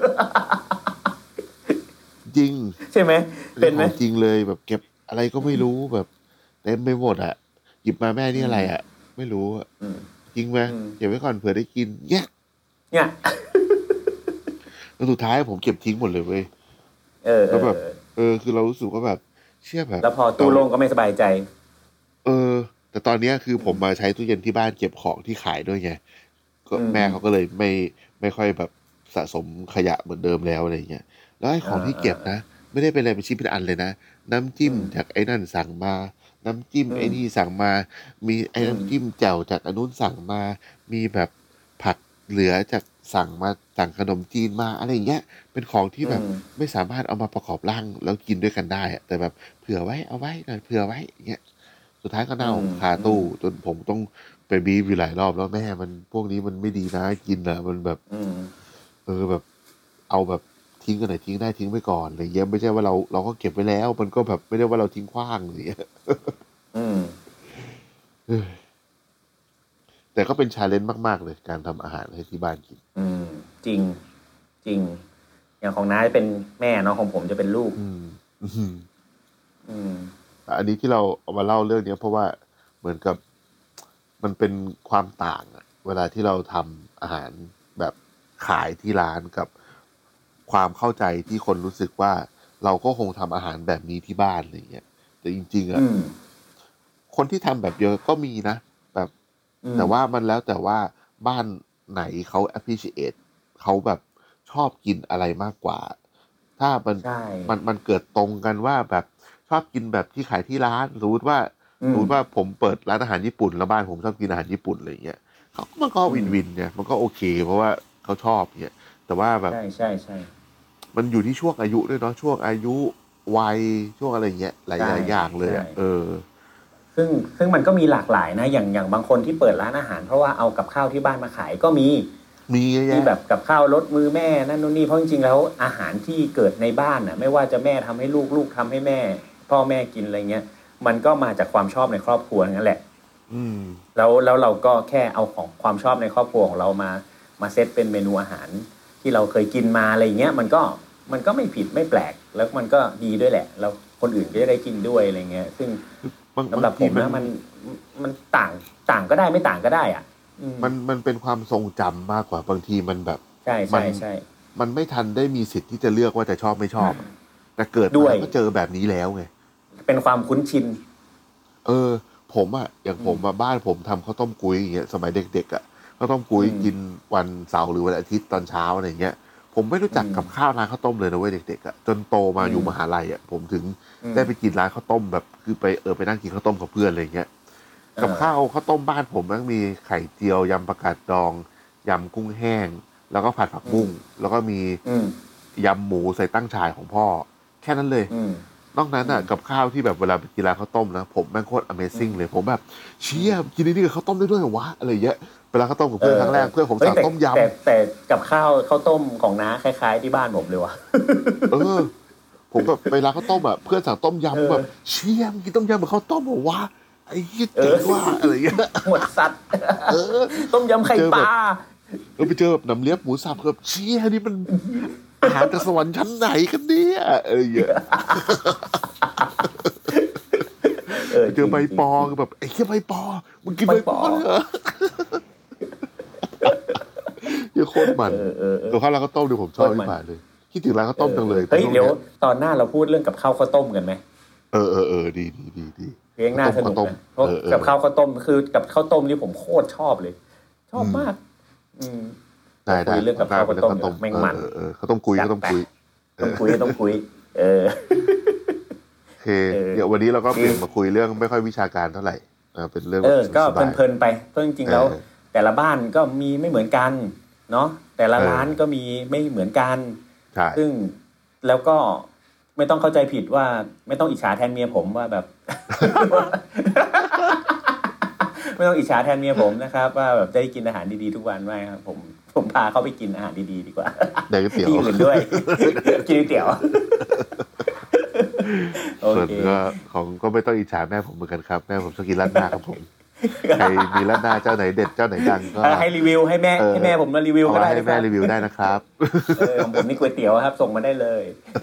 จริงใช่ไหมอันเป็นไหมนี้ของจริงเลยแบบเก็บอะไรก็ไม่รู้แบบเต็มไปหมดอะหยิบมาแม่นี่อืมอะไรอะไม่รู้อะอืมจริงไหมอืมเก็บไว้ก่อนเผื่อได้กินเนี่ยเนี่ยแล้วสุดท้ายผมเก็บทิ้งหมดเลยเว้ยเออเอแล้วแบบอเออคือเรารู้สึกว่าแบบเชื่อแบบแล้วพอเราตู้โล่งก็ไม่สบายใจเออแต่ตอนเนี้ยคืออืมผมมาใช้ตู้เย็นที่บ้านเก็บของที่ขายด้วยไงก็อืมอืมแม่เขาก็เลยไม่ค่อยแบบสะสมขยะเหมือนเดิมแล้วอะไรเงี้ยแล้วไอ้ของที่เก็บอ่านะไม่ได้เป็นอะไรเป็นชิ้นเป็นอันเลยนะน้ำจิ้มอืมจากไอ้นั่นสั่งมาน้ำจิ้มอืมไอ้นี่สั่งมามีไอ้อืมน้ำจิ้มแจ่วจากอนนุนสั่งมามีแบบผักเหลือจากสั่งขนมจีนมาอะไรอย่างเงี้ยเป็นของที่แบบอืมไม่สามารถเอามาประกอบร่างแล้วกินด้วยกันได้อะแต่แบบเผื่อไว้เอาไว้หน่อยเผื่อไว้อย่างเงี้ย สุดท้ายก็อืเน่ามคาอืมตู้จนผมต้องไปบีบอยู่หลายรอบแล้วแม่มันพวกนี้มันไม่ดีนะกินอ่ะมันแบบอืมแบบเอาแบบทิ้งกันไหนทิ้งได้ทิ้งไปก่อนอะไรเงี้ยไม่ใช่ว่าเราก็เก็บไว้แล้วมันก็แบบไม่ได้ว่าเราทิ้งขว้างอะไรเงี้ยอืมเออแต่ก็เป็นชาเลนจ์มากๆเลยการทำอาหารให้ที่บ้านกินอืมจริงจริงอย่างของน้าจะเป็นแม่เนาะของผมจะเป็นลูกอืมอืมอืมอันนี้ที่เราเอามาเล่าเรื่องเนี้ยเพราะว่าเหมือนกับมันเป็นความต่างอะเวลาที่เราทำอาหารแบบขายที่ร้านกับ ความเข้าใจที่คนรู้สึกว่าเราก็คงทำอาหารแบบนี้ที่บ้านอะไรเงี้ยแต่จริงๆอ่ะอืมคนที่ทำแบบเยอะก็มีนะแบบอืมแต่ว่ามันแล้วแต่ว่าบ้านไหนเขา appreciate เขาแบบชอบกินอะไรมากกว่าถ้าใช่มันเกิดตรงกันว่าแบบชอบกินแบบที่ขายที่ร้านสมมติว่าผมเปิดร้านอาหารญี่ปุ่นแล้วบ้านผมชอบกินอาหารญี่ปุ่นอะไรอย่างเงี้ยมันก็วินเนี่ยมันก็โอเคเพราะว่าเขาชอบเนี่ยแต่ว่าแบบใช่มันอยู่ที่ช่วงอายุด้วยเนาะช่วงอายุวัยช่วงอะไรเงี้ยหลายอย่างเลยอ่ะซึ่งมันก็มีหลากหลายนะอย่างบางคนที่เปิดร้านอาหารเพราะว่าเอากับข้าวที่บ้านมาขายก็มีที่แบบกับข้าวรสมือแม่นั่นนู่นนี่เพราะจริงๆแล้วอาหารที่เกิดในบ้านน่ะไม่ว่าจะแม่ทำให้ลูกทำให้แม่พ่อแม่กินอะไรเงี้ยมันก็มาจากความชอบในครอบครัวนั่นแหละแล้วเราก็แค่เอาของความชอบในครอบครัวของเรามาเซตเป็นเมนูอาหารที่เราเคยกินมาอะไรเงี้ยมันก็ไม่ผิดไม่แปลกแล้วมันก็ดีด้วยแหละแล้วคนอื่นก็จะได้กินด้วยอะไรเงี้ยซึ่งสำหรับผมนะมันต่างก็ได้ไม่ต่างก็ได้อ่ะมันเป็นความทรงจำมากกว่าบางทีมันแบบใช่มันไม่ทันได้มีสิทธิ์ที่จะเลือกว่าจะชอบไม่ชอบแต่เกิดมาก็เจอแบบนี้แล้วไงเป็นความคุ้นชินผมอ่ะอย่างผมบ้านผมทำข้าวต้มกุ้ยอย่างเงี้ยสมัยเด็กๆอ่ะข้าวต้มกุ้ยกินวันเสาร์หรือวันอาทิตย์ตอนเช้าอะไรเงี้ยผมไม่รู้จักกับข้าวร้านข้าวต้มเลยนะเว้ยเด็กๆอ่ะจนโตมาอยู่มหาลัยอ่ะผมถึงได้ไปกินร้านข้าวต้มแบบคือไปนั่งกินข้าวต้มกับเพื่อนอะไรเงี้ยกับข้าวต้มบ้านผมมันมีไข่เจียวยำผักกาดดองยำกุ้งแห้งแล้วก็ผัดผักบุ้งแล้วก็มียำหมูใส่ตั้งฉายของพ่อแค่นั้นเลยนอกนั้นอ่ะกับข้าวที่แบบเวลาไปกินร้านข้าวต้มนะผมแม่งโคตร Amazing เลยผมแบบเชี่ยกินนี่กับข้าวต้มได้ด้วยเหรอวะอะไรเงี้ยเวลาข้าวต้มกับเพื่อนครั้งแรกเพื่อนผมสั่งต้มยำแต่กับข้าวต้มของน้าคล้ายๆที่บ้านผมเลยว่ะผมแบบไปร้านข้าวต้มอ่ะเพื่อนสั่งต้มยำแบบเชี่ยกินต้มยำเหมือนข้าวต้มเหรอวะไอ้ยี่เจ๋งว่าอะไรเงี้ยหมดสัตว์ต้มยำไข่ปลาไปเจอแบบน้ำเลียบหมูสับแบบเชี่ยนี่มันอาหารจากสวรรค์ชั้นไหนกันเนี่ยอะไรเงี้ยเจอใบปอแบบไอ้เหี้ยใบปอมึงกินใบปอเหรอเหี้ยโคตรมันกับข้าวร้านข้าวต้มเดี๋ยวผมชอบที่ผ่านเลยคิดถึงร้านข้าวต้มจังเลยเฮ้ยเดี๋ยวตอนหน้าเราพูดเรื่องกับข้าวต้มกันไหมดีเรื่องน่าสนุกนะเพราะกับข้าวต้มคือกับข้าวต้มนี่ผมโคตรชอบเลยชอบมากได้เรื่องกับข้าวต้มแม่งมันข้าวต้มกุยต้องคุยโอเคเดี๋ยววันนี้เราก็เปลี่ยนมาคุยเรื่องไม่ค่อยวิชาการเท่าไหร่เป็นเรื่องก็เพลินๆไปเพราะจริงๆแล้วแต่ละบ้านก็มีไม่เหมือนกันเนาะแต่ละร้านก็มีไม่เหมือนกันซึ่งแล้วก็ไม่ต้องเข้าใจผิดว่าไม่ต้องอิจฉาแทนเมียผมว่าแบบ ไม่ต้องอิจฉาแทนเมียผมนะครับว่าแบบได้กินอาหารดีๆทุกวันไม่ครับผมพาเขาไปกินอาหารดีๆดีกว่าได้ก๋วยเตี๋ยวที่อื่นด้วยกินก๋วยเตี๋ยวส่วนก็ไม่ต้องอิจฉาแม่ผมเหมือนกันครับแม่ผมชอบกินราดหน้าครับผมใครมีราดหน้าเจ้าไหนเด็ดเจ้าไหนดังก็ให้รีวิวให้แม่ผมมารีวิวก็ได้ให้แม่รีวิวได้นะครับของผมนี่ก๋วยเตี๋ยวครับส่งมาได้เลย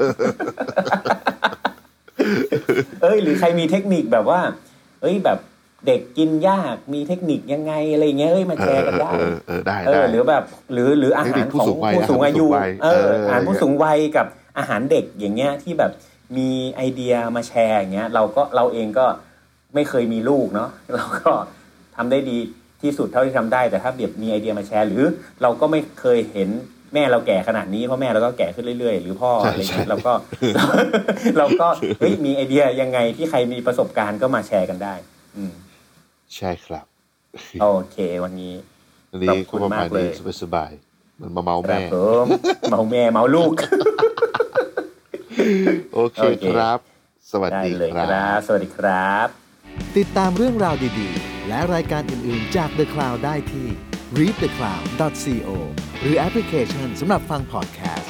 หรือใครมีเทคนิคแบบว่าแบบเด็กกินยากมีเทคนิคยังไงอะไรเงี้ยมาแชร์กันได้ได้หรือแบบหรืออาหารของผู้สูงอายุอาหารผู้สูงวัยกับอาหารเด็กอย่างเงี้ยที่แบบมีไอเดียมาแชร์อย่างเงี้ยเราเองก็ไม่เคยมีลูกเนาะเราก็ทำได้ดีที่สุดเท่าที่ทำได้แต่ถ้าแบบมีไอเดียมาแชร์หรือเราก็ไม่เคยเห็นแม่เราแก่ขนาดนี้เพราะแม่เราก็แก่ขึ้นเรื่อยๆหรือพ่ออะไรเงี้ยเราก็มีไอเดียยังไงที่ใครมีประสบการณ์ก็มาแชร์กันได้ใช่ครับโอเควันนี้ขอบคุณมากเลยสบายๆมันมาเมาแม่เมาแม่เมาลูกโอเคครับสวัสดีครับสวัสดีครับติดตามเรื่องราวดีๆและรายการอื่นๆจาก The Cloud ได้ที่ readthecloud.co หรือแอปพลิเคชันสำหรับฟังพอดแคสต์